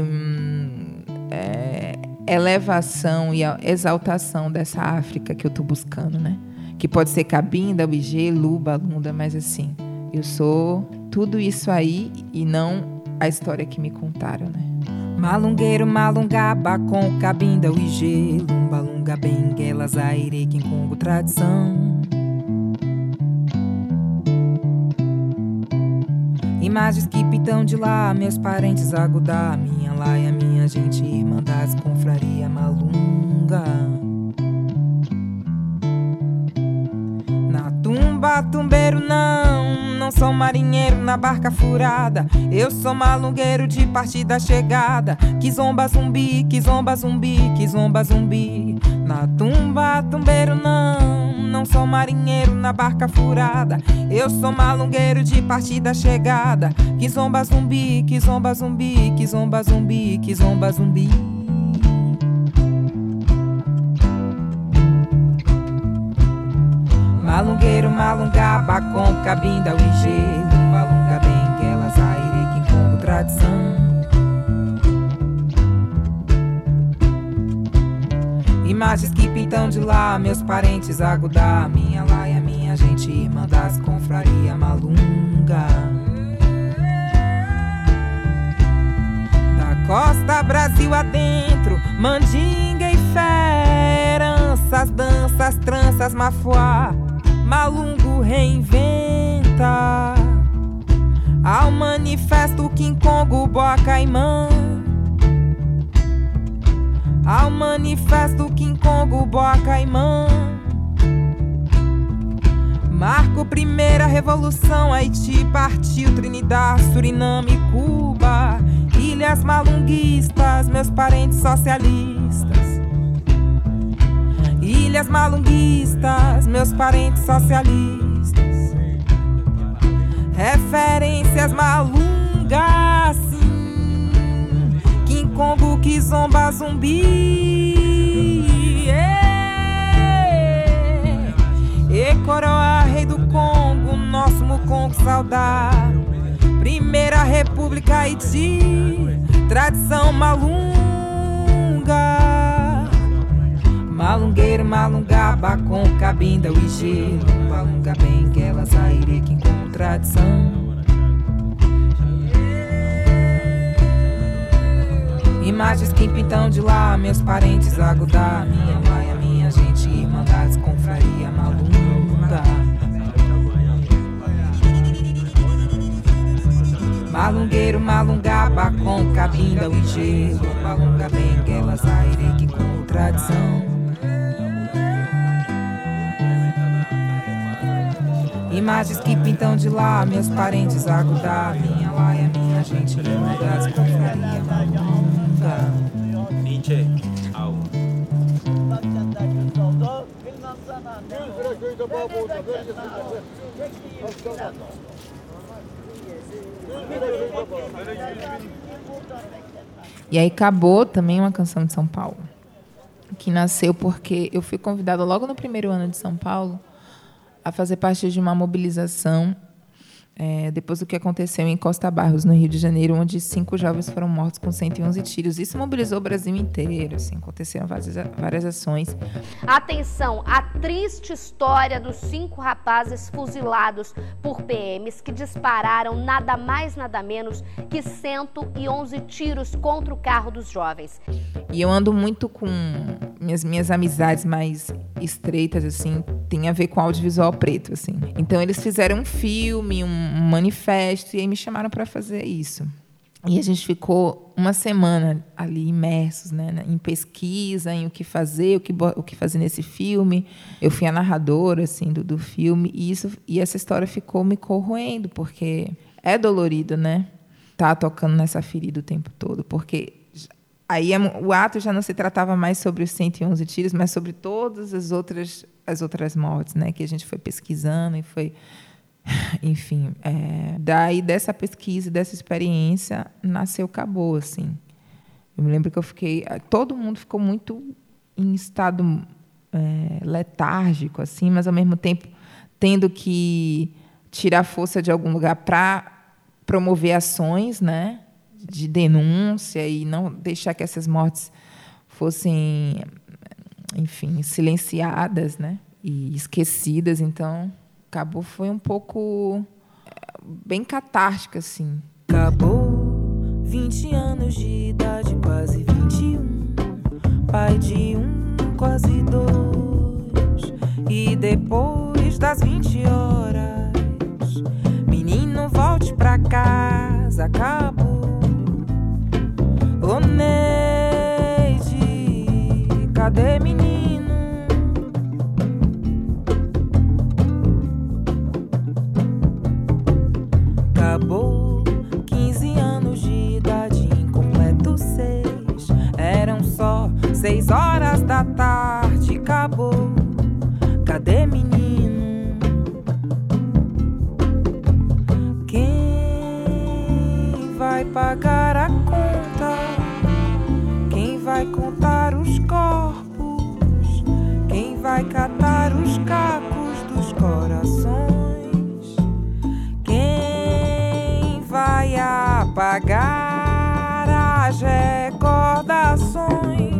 elevação e exaltação dessa África que eu estou buscando, né? Que pode ser cabinda, uigê, luba, lunda, mas assim, eu sou tudo isso aí e não a história que me contaram, né? Malungueiro, malungá, bacon, cabinda, uigê, lumba, lunga, benguela, zaire, quincongo, tradição. Imagens que pintam de lá, meus parentes agudá, minha laia, minha gente, irmandades, confraria, malunga. Na tumba, tumbeiro, não sou marinheiro na barca furada. Eu sou malungueiro de partida chegada. Kizomba, zumbi, kizomba, zumbi, kizomba, zumbi. Na tumba, tumbeiro, não sou marinheiro na barca furada. Eu sou malungueiro de partida chegada. Kizomba, zumbi, kizomba, zumbi, kizomba, zumbi, kizomba, zumbi. Malungueiro, malungá, bacon, cabinda, uigê, lumba, lunga, benguela, zaire, quincongo, tradição. Imagens que pintam de lá, meus parentes agudá, minha laia, minha gente, irmandades, confraria, malunga. Da costa Brasil adentro, mandinga e fé, heranças, danças, tranças, mafuá. Malungo reinventa ao manifesto quincongo, boa caimã. Ao manifesto quincongo, boa caimã. Marco primeira revolução, Haiti partiu, Trinidad, Suriname, Cuba. Ilhas malunguistas, meus parentes socialistas. Ilhas malunguistas, meus parentes socialistas. Referências malungas, sim. Quincongo, kizomba, zumbi. E coroa, rei do Congo, nosso Mucongo saudar. Primeira República Haiti, tradição malunga. Malungueiro, malungaba com cabinda e gelo. Malunga bem que ela sairá que em contradição. Imagens que pintam de lá, meus parentes agudar. Minha maia, minha gente, irmandades, confraria malunga. Malungueiro, malungaba com cabinda e gelo. Malunga bem que ela sairá que em contradição. Imagens que pintam de lá, meus parentes agudar. Minha laia, minha gente, irmandades, confraria malunga. Nietzsche, au. E aí acabou também uma canção de São Paulo, que nasceu porque eu fui convidada logo no primeiro ano de São Paulo a fazer parte de uma mobilização depois do que aconteceu em Costa Barros, no Rio de Janeiro, onde 5 jovens foram mortos com 111 tiros. Isso mobilizou o Brasil inteiro, assim, aconteceram várias ações. Atenção, a triste história dos 5 rapazes fuzilados por PMs que dispararam nada mais, nada menos que 111 tiros contra o carro dos jovens. E eu ando muito com minhas amizades mais estreitas, assim, tem a ver com audiovisual preto, assim. Então eles fizeram um filme, um manifesto, e aí me chamaram para fazer isso. E a gente ficou uma semana ali imersos, né, em pesquisa, em o que fazer, o que fazer nesse filme. Eu fui a narradora assim, do filme, e essa história ficou me corroendo, porque é dolorido, né? Tá tocando nessa ferida o tempo todo, porque aí o ato já não se tratava mais sobre os 111 tiros, mas sobre todas as outras mortes, né, que a gente foi pesquisando e foi... Enfim, daí dessa pesquisa, dessa experiência, nasceu Acabou, assim. Eu me lembro que todo mundo ficou muito em estado letárgico, assim, mas, ao mesmo tempo, tendo que tirar força de algum lugar para promover ações, né, de denúncia e não deixar que essas mortes fossem, enfim, silenciadas, né, e esquecidas. Então... Acabou foi um pouco bem catártica, assim. Acabou, 20 anos de idade, quase 21. Pai de 1, quase 2. E depois das 20 horas, menino, volte pra casa. Acabou. Ô Neide, cadê menino? Acabou, 15 anos de idade, incompleto 6. Eram só 6 horas da tarde. Acabou, cadê menino? Quem vai pagar a conta? Quem vai contar os corpos? Quem vai catar os cacos dos corações? Vai apagar as recordações.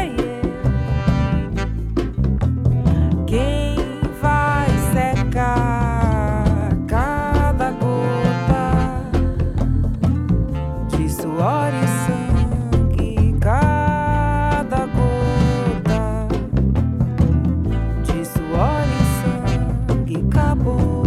Quem vai secar cada gota de suor e sangue? Cada gota de suor e sangue. Acabou.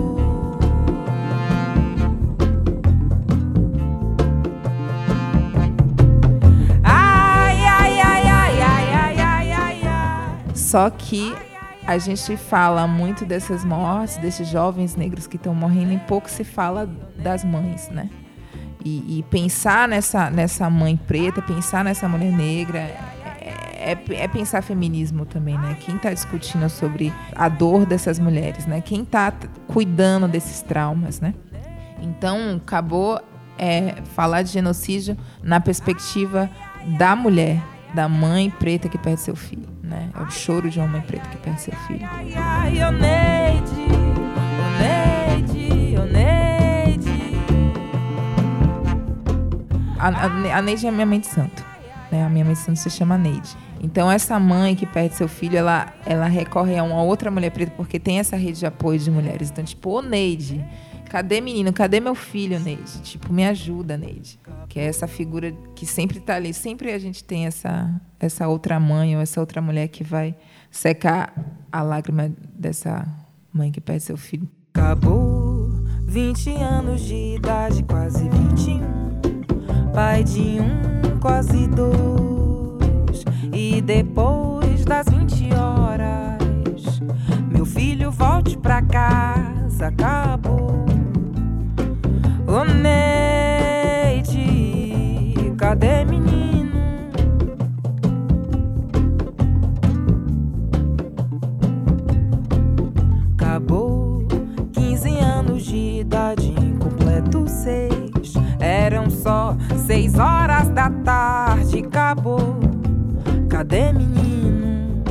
Só que a gente fala muito dessas mortes, desses jovens negros que estão morrendo, e pouco se fala das mães, né? E pensar nessa mãe preta, pensar nessa mulher negra, é pensar feminismo também, né? Quem está discutindo sobre a dor dessas mulheres, né? Quem está cuidando desses traumas, né? Então, acabou falar de genocídio na perspectiva da mulher, da mãe preta que perde seu filho, né? É o choro de uma mãe preta que perde seu filho. A Neide é a minha mãe de santo, né? A minha mãe de santo se chama Neide. Então, essa mãe que perde seu filho, ela recorre a uma outra mulher preta porque tem essa rede de apoio de mulheres. Então, tipo, ô Neide, cadê menino? Cadê meu filho, Neide? Tipo, me ajuda, Neide. Que é essa figura que sempre tá ali. Sempre a gente tem essa outra mãe ou essa outra mulher que vai secar a lágrima dessa mãe que perde seu filho. Acabou 20 anos de idade, quase 21. Pai de um, quase 2. E depois das 20 horas, meu filho volte pra casa, acabou. Ô Neide, cadê menino? Acabou 15 anos de idade, incompleto 6. Eram só 6 horas da tarde, acabou. Cadê menino?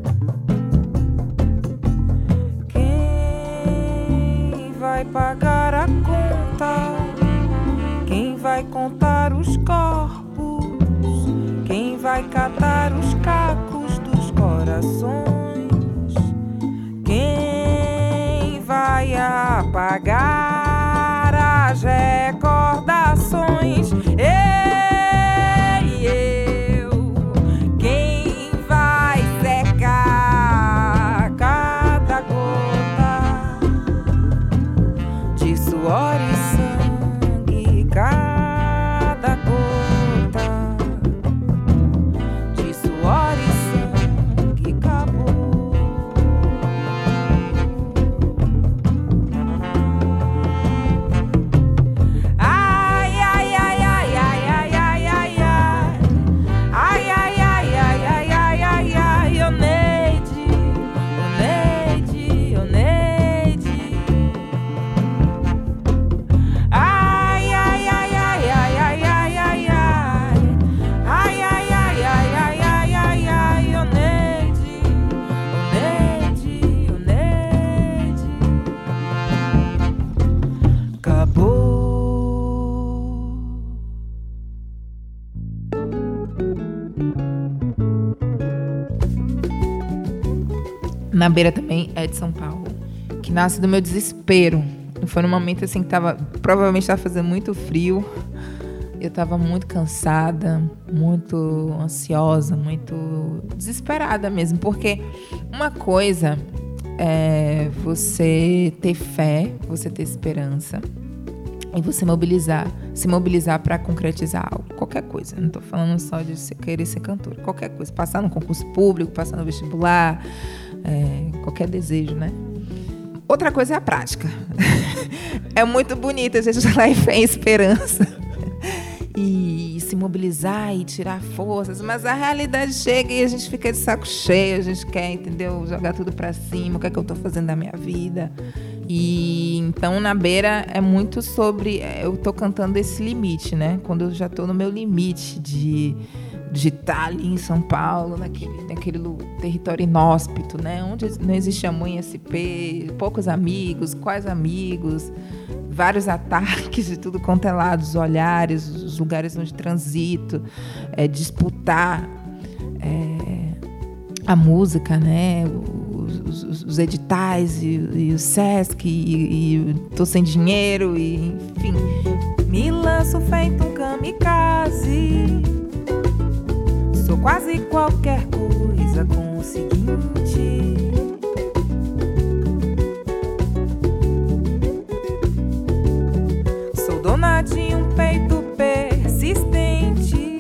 Quem vai pagar a conta? Quem vai contar os corpos? Quem vai catar os cacos dos corações? Quem vai apagar as recordações? Suor e sangue, cada gota de suor e sangue acabou. Ai, ai, ai, ai, ai, ai, ai, ai, ai, ai, ai, ai, ai, ai, ai, ai, ai, ô Neide, ô Neide, ô Neide. Na Beira também é de São Paulo, que nasce do meu desespero. Foi num momento assim que provavelmente estava fazendo muito frio. Eu estava muito cansada, muito ansiosa, muito desesperada mesmo. Porque uma coisa é você ter fé, você ter esperança e você se mobilizar para concretizar algo, qualquer coisa. Não estou falando só de querer ser cantora, qualquer coisa. Passar no concurso público, passar no vestibular, qualquer desejo, né? Outra coisa é a prática. É muito bonito a gente falar em fé e esperança e se mobilizar e tirar forças, mas a realidade chega e a gente fica de saco cheio, a gente quer, entendeu? Jogar tudo pra cima, o que é que eu tô fazendo da minha vida? E então na Beira é muito sobre, eu tô cantando esse limite, né? Quando eu já tô no meu limite de estar ali em São Paulo, naquele território inóspito, né? Onde não existe amor em SP, poucos amigos, quais amigos, vários ataques de tudo quanto é lado, os olhares, os lugares onde transito, disputar a música, né? Os editais e o Sesc e tô sem dinheiro, e, enfim. Me lanço feito um kamikaze. Sou quase qualquer coisa com o seguinte: sou dona de um peito persistente,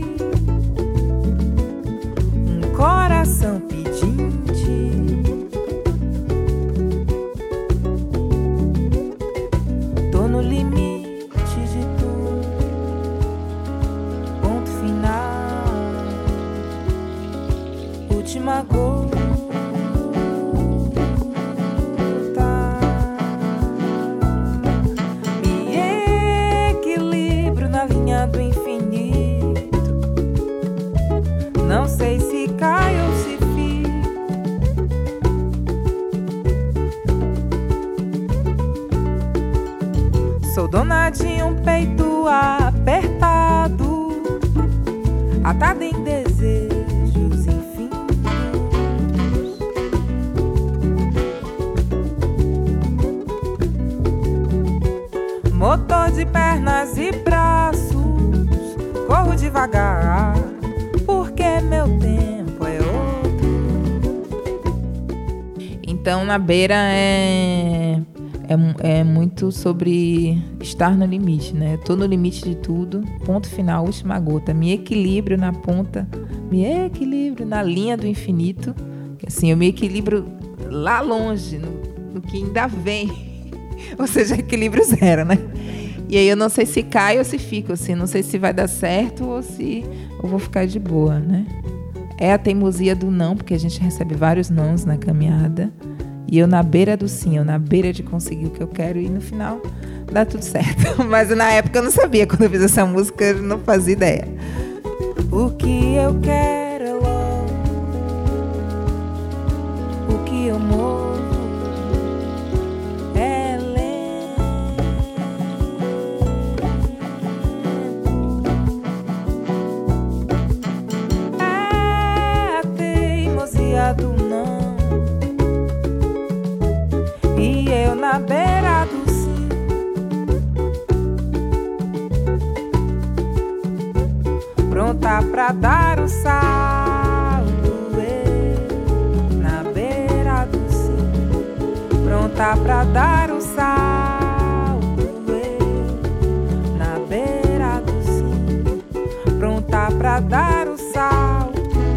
um coração pedinte, tô no limite de tudo, ponto final. Última gota, me equilibro na linha do infinito. Não sei se cai ou se fico. Sou dona de um peito apertado, atado em desejos infinitos. de pernas e braços, corro devagar, porque meu tempo é outro. Então, Na Beira é muito sobre estar no limite, né? Tô no limite de tudo, ponto final, última gota. Me equilibro na ponta, me equilibro na linha do infinito. Assim, eu me equilibro lá longe, no que ainda vem. Ou seja, equilíbrio zero, né? E aí eu não sei se caio ou se fico, assim, não sei se vai dar certo ou se eu vou ficar de boa, né? É a teimosia do não, porque a gente recebe vários nãos na caminhada. E eu na beira do sim, eu na beira de conseguir o que eu quero e no final dá tudo certo. Mas na época eu não sabia, quando eu fiz essa música eu não fazia ideia. O que eu quero é logo, o que eu movo é lento. É a teimosia do não, e eu na beira do sim, pronta pra dar o salto. Eu na beira do sim, pronta pra dar o salto. Eu na beira do sim, pronta pra dar o salto.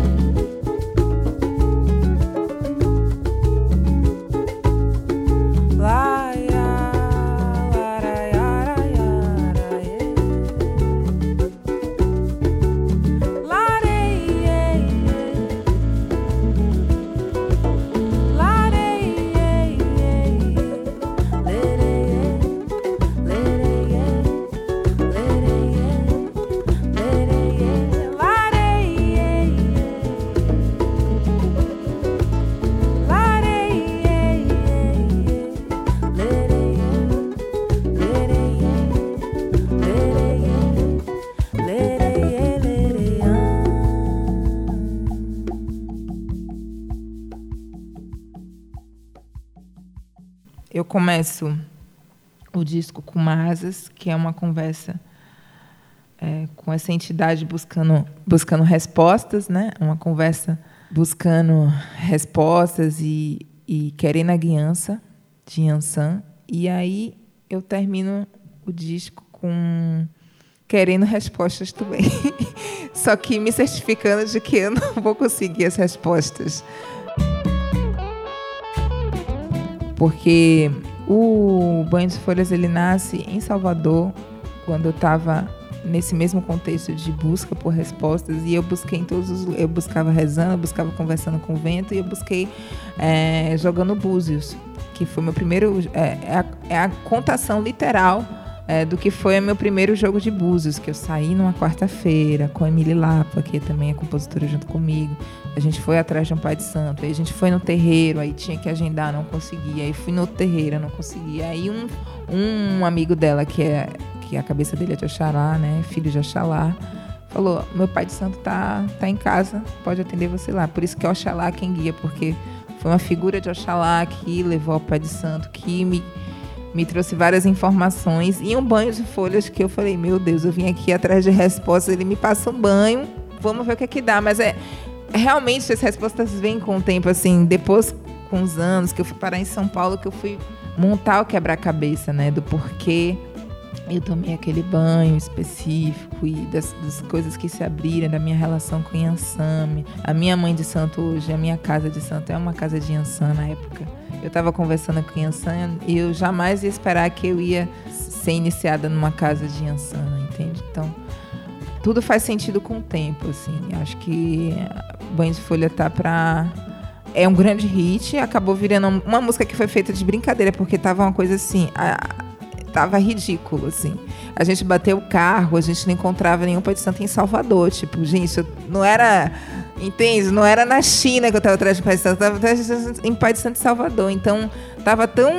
Eu começo o disco com Asas, que é uma conversa com essa entidade buscando respostas, né? Uma conversa buscando respostas e querendo a guiança de Yansan. E aí eu termino o disco com querendo respostas também. Só que me certificando de que eu não vou conseguir as respostas. Porque o Banho de Folhas ele nasce em Salvador, quando eu estava nesse mesmo contexto de busca por respostas, e eu busquei eu buscava rezando, eu buscava conversando com o vento, e eu busquei jogando búzios, que foi meu primeiro, é a contação literal do que foi o meu primeiro jogo de búzios, que eu saí numa quarta-feira com a Emily Lapa, que também é compositora junto comigo. A gente foi atrás de um pai de santo, aí a gente foi no terreiro, aí tinha que agendar, não conseguia, aí fui no outro terreiro, não conseguia. Aí um amigo dela, que a cabeça dele é de Oxalá, né, filho de Oxalá, falou: meu pai de santo tá em casa, pode atender você lá. Por isso que é Oxalá quem guia, porque foi uma figura de Oxalá que levou ao pai de santo, que me trouxe várias informações, e um banho de folhas que eu falei: meu Deus, eu vim aqui atrás de respostas, ele me passa um banho, vamos ver o que é que dá. Mas realmente as respostas vêm com o tempo, assim, depois, com os anos que eu fui parar em São Paulo, que eu fui montar o quebra-cabeça, né, do porquê eu tomei aquele banho específico e das coisas que se abriram, da minha relação com Yansan. A minha mãe de santo hoje, a minha casa de santo é uma casa de Yansan na época. Eu estava conversando com Yansan e eu jamais ia esperar que eu ia ser iniciada numa casa de Yansan, entende? Então, tudo faz sentido com o tempo, assim. Acho que Banho de Folha tá pra... É um grande hit, acabou virando uma música que foi feita de brincadeira, porque tava uma coisa assim... Tava ridículo, assim. A gente bateu o carro, a gente não encontrava nenhum pai de santo em Salvador. Tipo, gente, não era... Entende? Não era na China que eu tava atrás de pai de santo, eu tava atrás em pai de santo em Salvador. Então, tava tão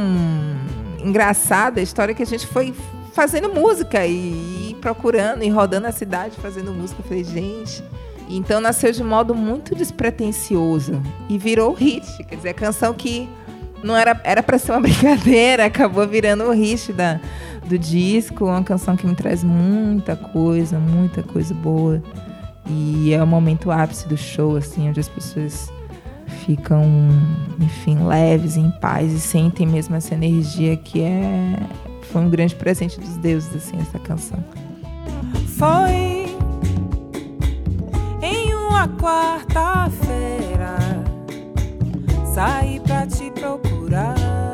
engraçada a história que a gente foi fazendo música e procurando e rodando a cidade fazendo música. Eu falei, gente... Então, nasceu de modo muito despretensioso e virou hit. Quer dizer, a canção que... não era para ser uma brincadeira, acabou virando o hit do disco, uma canção que me traz muita coisa boa. E é o momento ápice do show, assim, onde as pessoas ficam, enfim, leves, em paz e sentem mesmo essa energia que foi um grande presente dos deuses, assim, essa canção. Foi em uma quarta-feira, saí pra te procurar,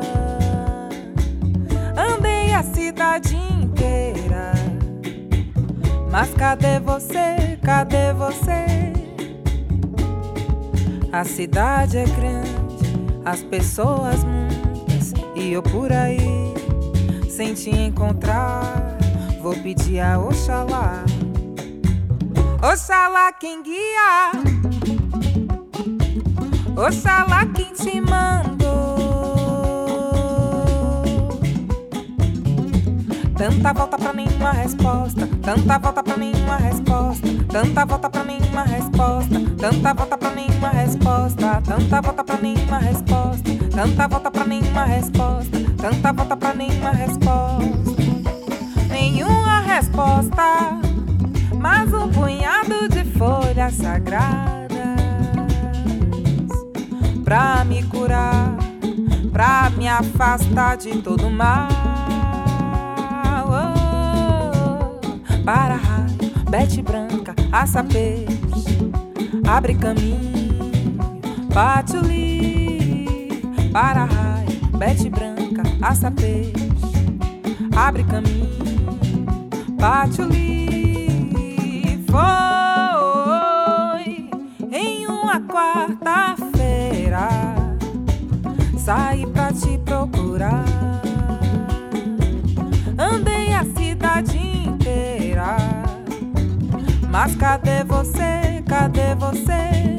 andei a cidade inteira, mas cadê você, cadê você? A cidade é grande, as pessoas muitas, e eu por aí, sem te encontrar, vou pedir a Oxalá. Oxalá quem guia, Oxalá quem te mandou. Tanta volta pra nenhuma resposta, tanta volta pra nenhuma resposta, tanta volta pra nenhuma resposta, tanta volta pra nenhuma resposta, tanta volta pra nenhuma resposta, tanta volta pra nenhuma resposta, tanta volta pra nenhuma resposta. Nenhuma resposta, mas um punhado de folhas sagradas pra me curar, pra me afastar de todo mal. Para raio, bete branca, assa peixe, abre caminho, patchouli. Para raio, bete branca, assa peixe, abre caminho, patchouli. Foi em uma quarta-feira, saí pra te procurar, andei a cidade inteira, mas cadê você, cadê você?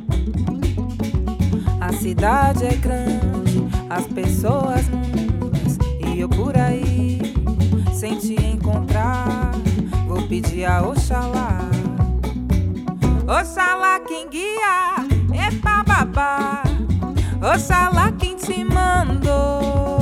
A cidade é grande, as pessoas muitas, e eu por aí, sem te encontrar, vou pedir a Oxalá. Oxalá quem guia, epa babá, Oxalá quem te mandou.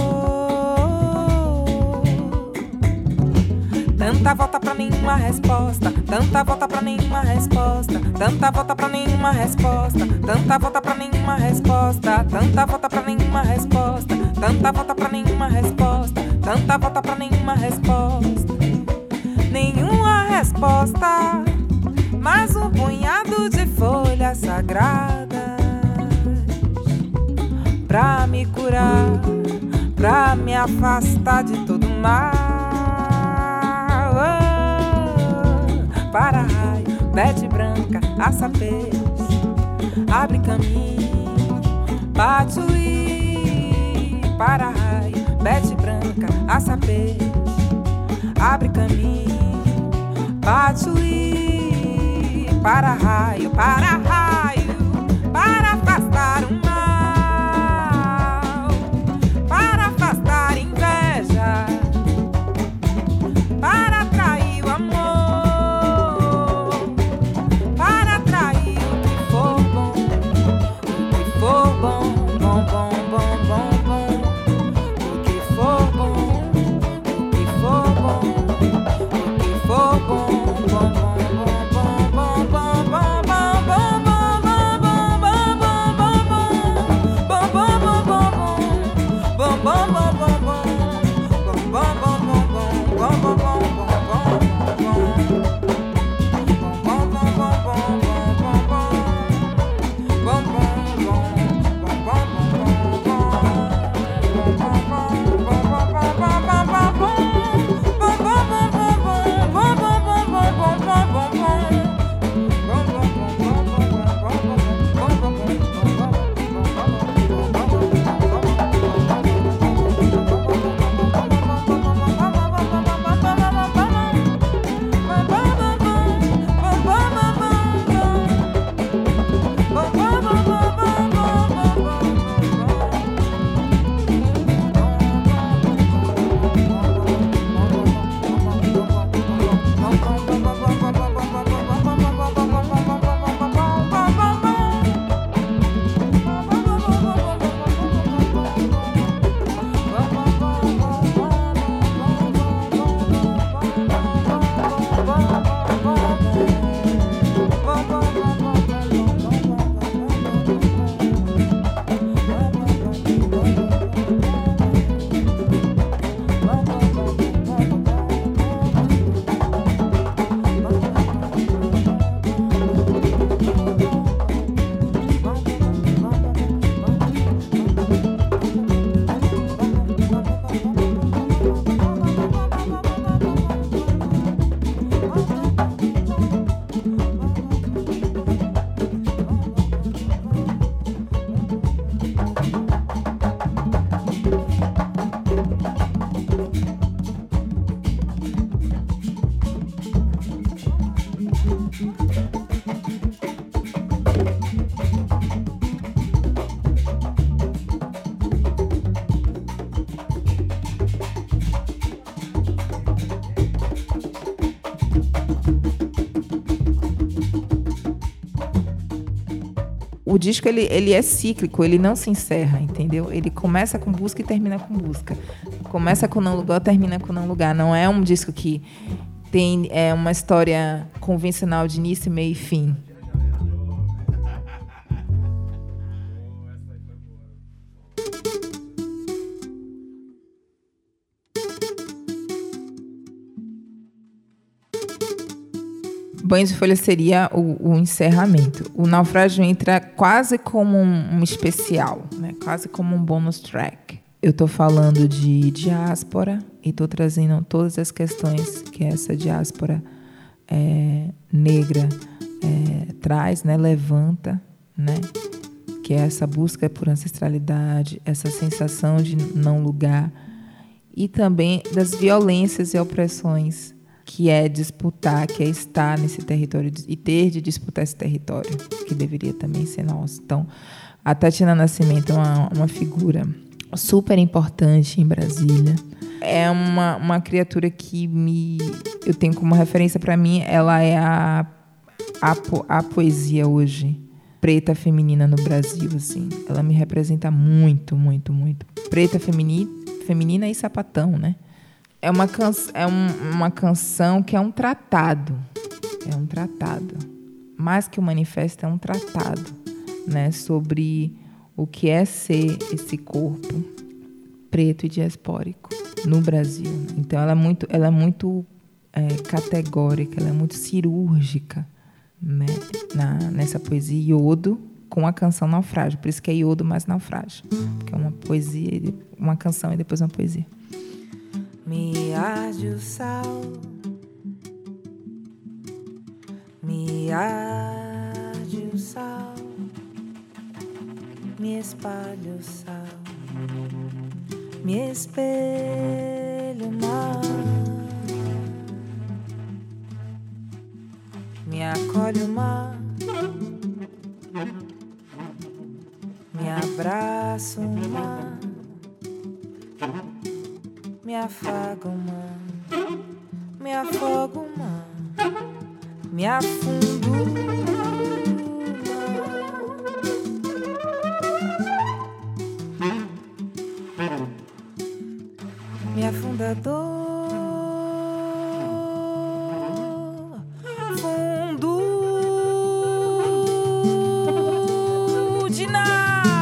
Tanta volta pra nenhuma resposta, tanta volta pra nenhuma resposta, tanta volta pra nenhuma resposta, tanta volta pra nenhuma resposta, tanta volta pra nenhuma resposta, tanta volta pra nenhuma resposta, tanta volta pra nenhuma resposta. Nenhuma resposta, mas um punhado de folhas sagradas pra me curar, pra me afastar de todo mal. Para raio, bete branca, assa peixe, abre caminho, patchouli. Para raio, bete branca, assa peixe, abre caminho, patchouli. Para raio, para afastar o mal, para afastar inveja, para atrair o amor, para atrair o que for bom, o que for bom, bom, bom, bom, bom, bom, o que for bom, o que for bom, o que for bom, bom, bom, bom, bom, bom, bom, bom, bom, bom, bom, bom, bom, bom, o disco ele é cíclico, ele não se encerra, entendeu? Ele começa com busca e termina com busca. Começa com não lugar, termina com não lugar. Não é um disco que tem uma história convencional de início, meio e fim. Banhos de Folha seria o encerramento. O Naufrágio entra quase como um especial, né? Quase como um bonus track. Eu estou falando de diáspora e estou trazendo todas as questões que essa diáspora negra traz, né? Levanta, né? Que é essa busca por ancestralidade, essa sensação de não lugar e também das violências e opressões que é disputar, que é estar nesse território e ter de disputar esse território, que deveria também ser nosso. Então, a Tatiana Nascimento é uma figura super importante em Brasília. É uma criatura que eu tenho como referência para mim, ela é a poesia hoje preta feminina no Brasil, assim. Ela me representa muito, muito, muito. Preta feminina e sapatão, né? É uma canção que é um tratado. É um tratado. Mais que um manifesto, é um tratado, né, sobre o que é ser esse corpo preto e diaspórico no Brasil. Então, ela é muito categórica, ela é muito cirúrgica, né, nessa poesia iodo com a canção Naufrágio. Por isso que é iodo mais naufrágio. Porque é uma poesia, uma canção e depois uma poesia. Me arde o sal, me arde o sal, me espalha o sal, me espelho o mar, me acolhe o mar, me abraça o mar. Me afaga o mar, me afoga o mar, me afundo o mar, me afundador, fundo de nada.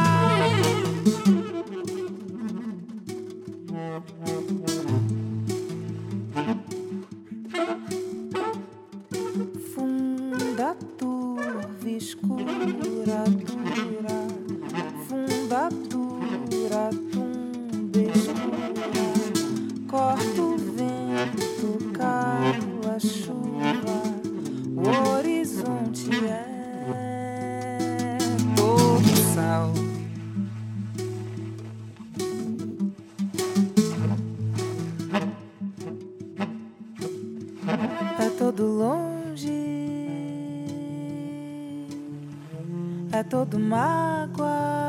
Todo mágoa,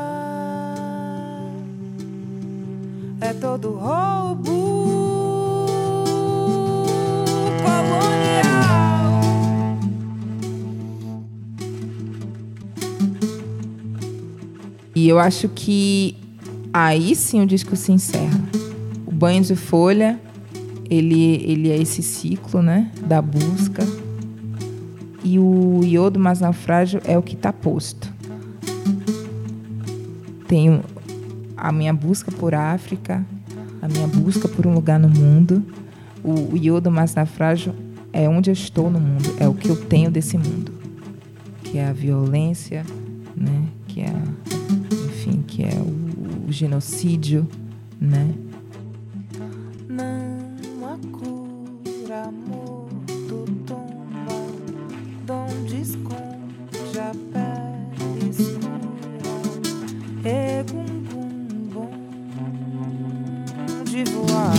é todo roubo colonial. E eu acho que aí sim o disco se encerra. O Banhos de Folha, ele é esse ciclo, né, da busca. E o iodo mais naufrágio é o que está posto. Tenho a minha busca por África, a minha busca por um lugar no mundo. O iodo mais naufrágio é onde eu estou no mundo, é o que eu tenho desse mundo, que é a violência, né? Que é, enfim, que é o genocídio, né? Não há cura, amor do tomba, donde esconde a pele escura. Bum, de voar.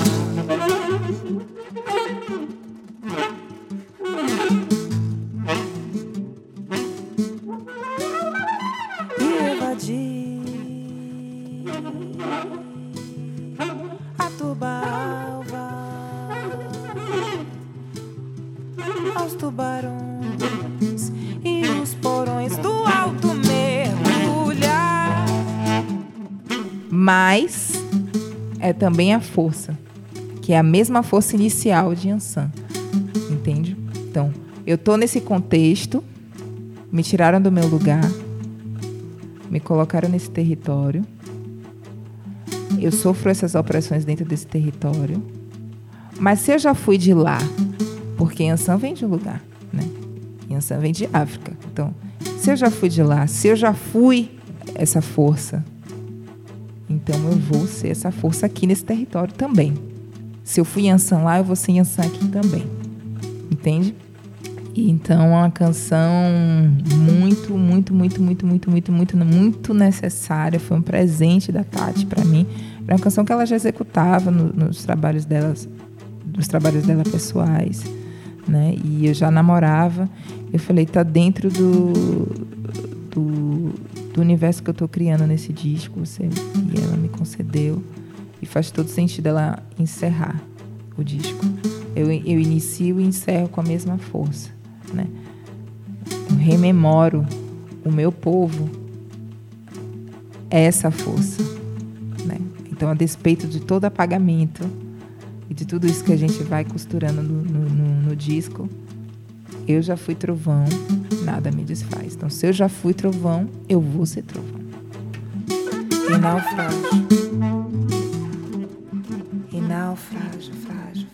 E evadir a tubalva aos tubarões e os porões do alto mergulhar. mas é também a força, que é a mesma força inicial de Yansan, entende? Então, eu tô nesse contexto, me tiraram do meu lugar, me colocaram nesse território, eu sofro essas opressões dentro desse território, mas se eu já fui de lá, porque Yansan vem de um lugar, né? Yansan vem de África. Então, se eu já fui de lá, se eu já fui essa força, então eu vou ser essa força aqui nesse território também. Se eu fui Yansan lá, eu vou ser Yansan aqui também. Entende? E então é uma canção muito necessária. Foi um presente da Tati para mim. Era uma canção que ela já executava nos trabalhos dela pessoais, né? E eu já namorava. Eu falei, tá dentro do universo que eu tô criando nesse disco, e ela me concedeu, e faz todo sentido ela encerrar o disco. Eu inicio e encerro com a mesma força, né? Eu rememoro o meu povo, essa força, né? Então, a despeito de todo apagamento e de tudo isso que a gente vai costurando no disco, eu já fui trovão, nada me desfaz. Então, se eu já fui trovão, eu vou ser trovão. E naufrágio. E naufrágio, frágil.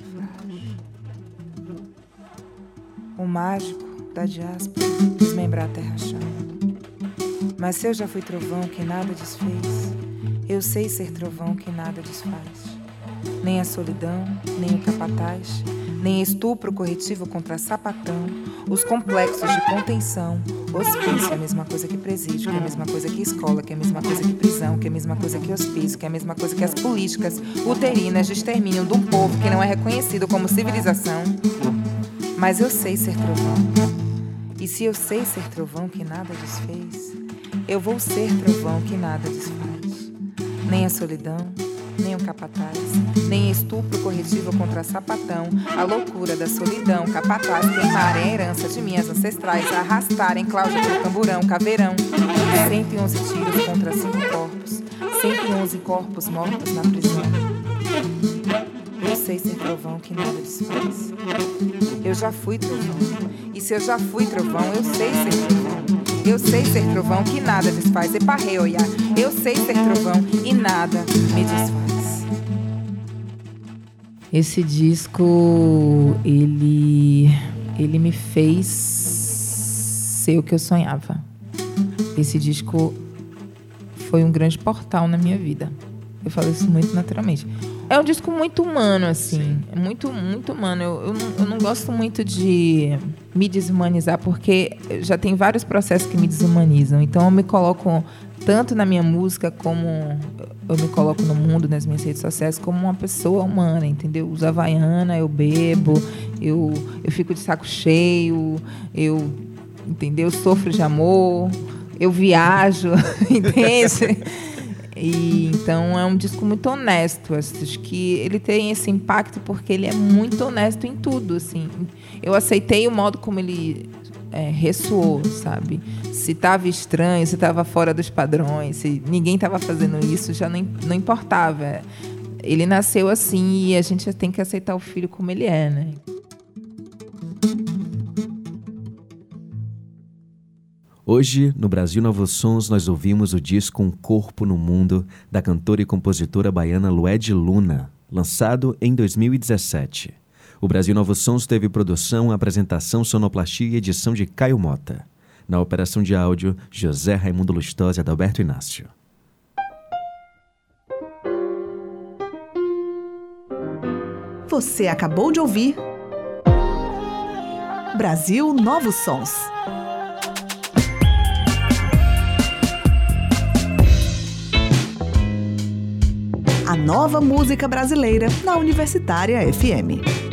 O mágico da diáspora desmembrar a terra chão. Mas se eu já fui trovão que nada desfez, eu sei ser trovão que nada desfaz. Nem a solidão, nem o capataz, nem estupro corretivo contra sapatão, os complexos de contenção, hospício é a mesma coisa que presídio, que é a mesma coisa que escola, que é a mesma coisa que prisão, que é a mesma coisa que hospício, que é a mesma coisa que as políticas uterinas de extermínio de um povo que não é reconhecido como civilização. Mas eu sei ser trovão. E se eu sei ser trovão que nada desfez, eu vou ser trovão que nada desfaz. Nem a solidão, nem o capataz, nem estupro corretivo contra sapatão, a loucura da solidão, capataz, queimarem a herança de minhas ancestrais, arrastarem Cláudia pelo camburão, caveirão, 111 tiros contra 5 corpos, 111 corpos mortos na prisão. Eu sei ser trovão que nada desfaz. Eu já fui trovão, e se eu já fui trovão, eu sei ser trovão. Eu sei ser trovão que nada desfaz. Eparreoia. Eu sei ser trovão e nada me desfaz. Esse disco, ele me fez ser o que eu sonhava. Esse disco foi um grande portal na minha vida. Eu falo isso muito naturalmente. É um disco muito humano, assim. É muito humano. Eu não gosto muito de me desumanizar, porque já tem vários processos que me desumanizam. Então, eu me coloco tanto na minha música, como eu me coloco no mundo, nas minhas redes sociais, como uma pessoa humana, entendeu? Eu uso Havaiana, eu bebo, eu fico de saco cheio, entendeu? Eu sofro de amor, eu viajo, entende? E, então é um disco muito honesto. Acho que ele tem esse impacto porque ele é muito honesto em tudo, assim. Eu aceitei o modo como ele ressoou, sabe? Se estava estranho, se estava fora dos padrões, se ninguém estava fazendo isso, já não importava. Ele nasceu assim e a gente tem que aceitar o filho como ele é, né? Hoje, no Brasil Novos Sons, nós ouvimos o disco Um Corpo no Mundo, da cantora e compositora baiana Lued Luna, lançado em 2017. O Brasil Novos Sons teve produção, apresentação, sonoplastia e edição de Caio Mota. Na operação de áudio, José Raimundo Lustosa e Adalberto Inácio. Você acabou de ouvir Brasil Novos Sons. A nova música brasileira na Universitária FM.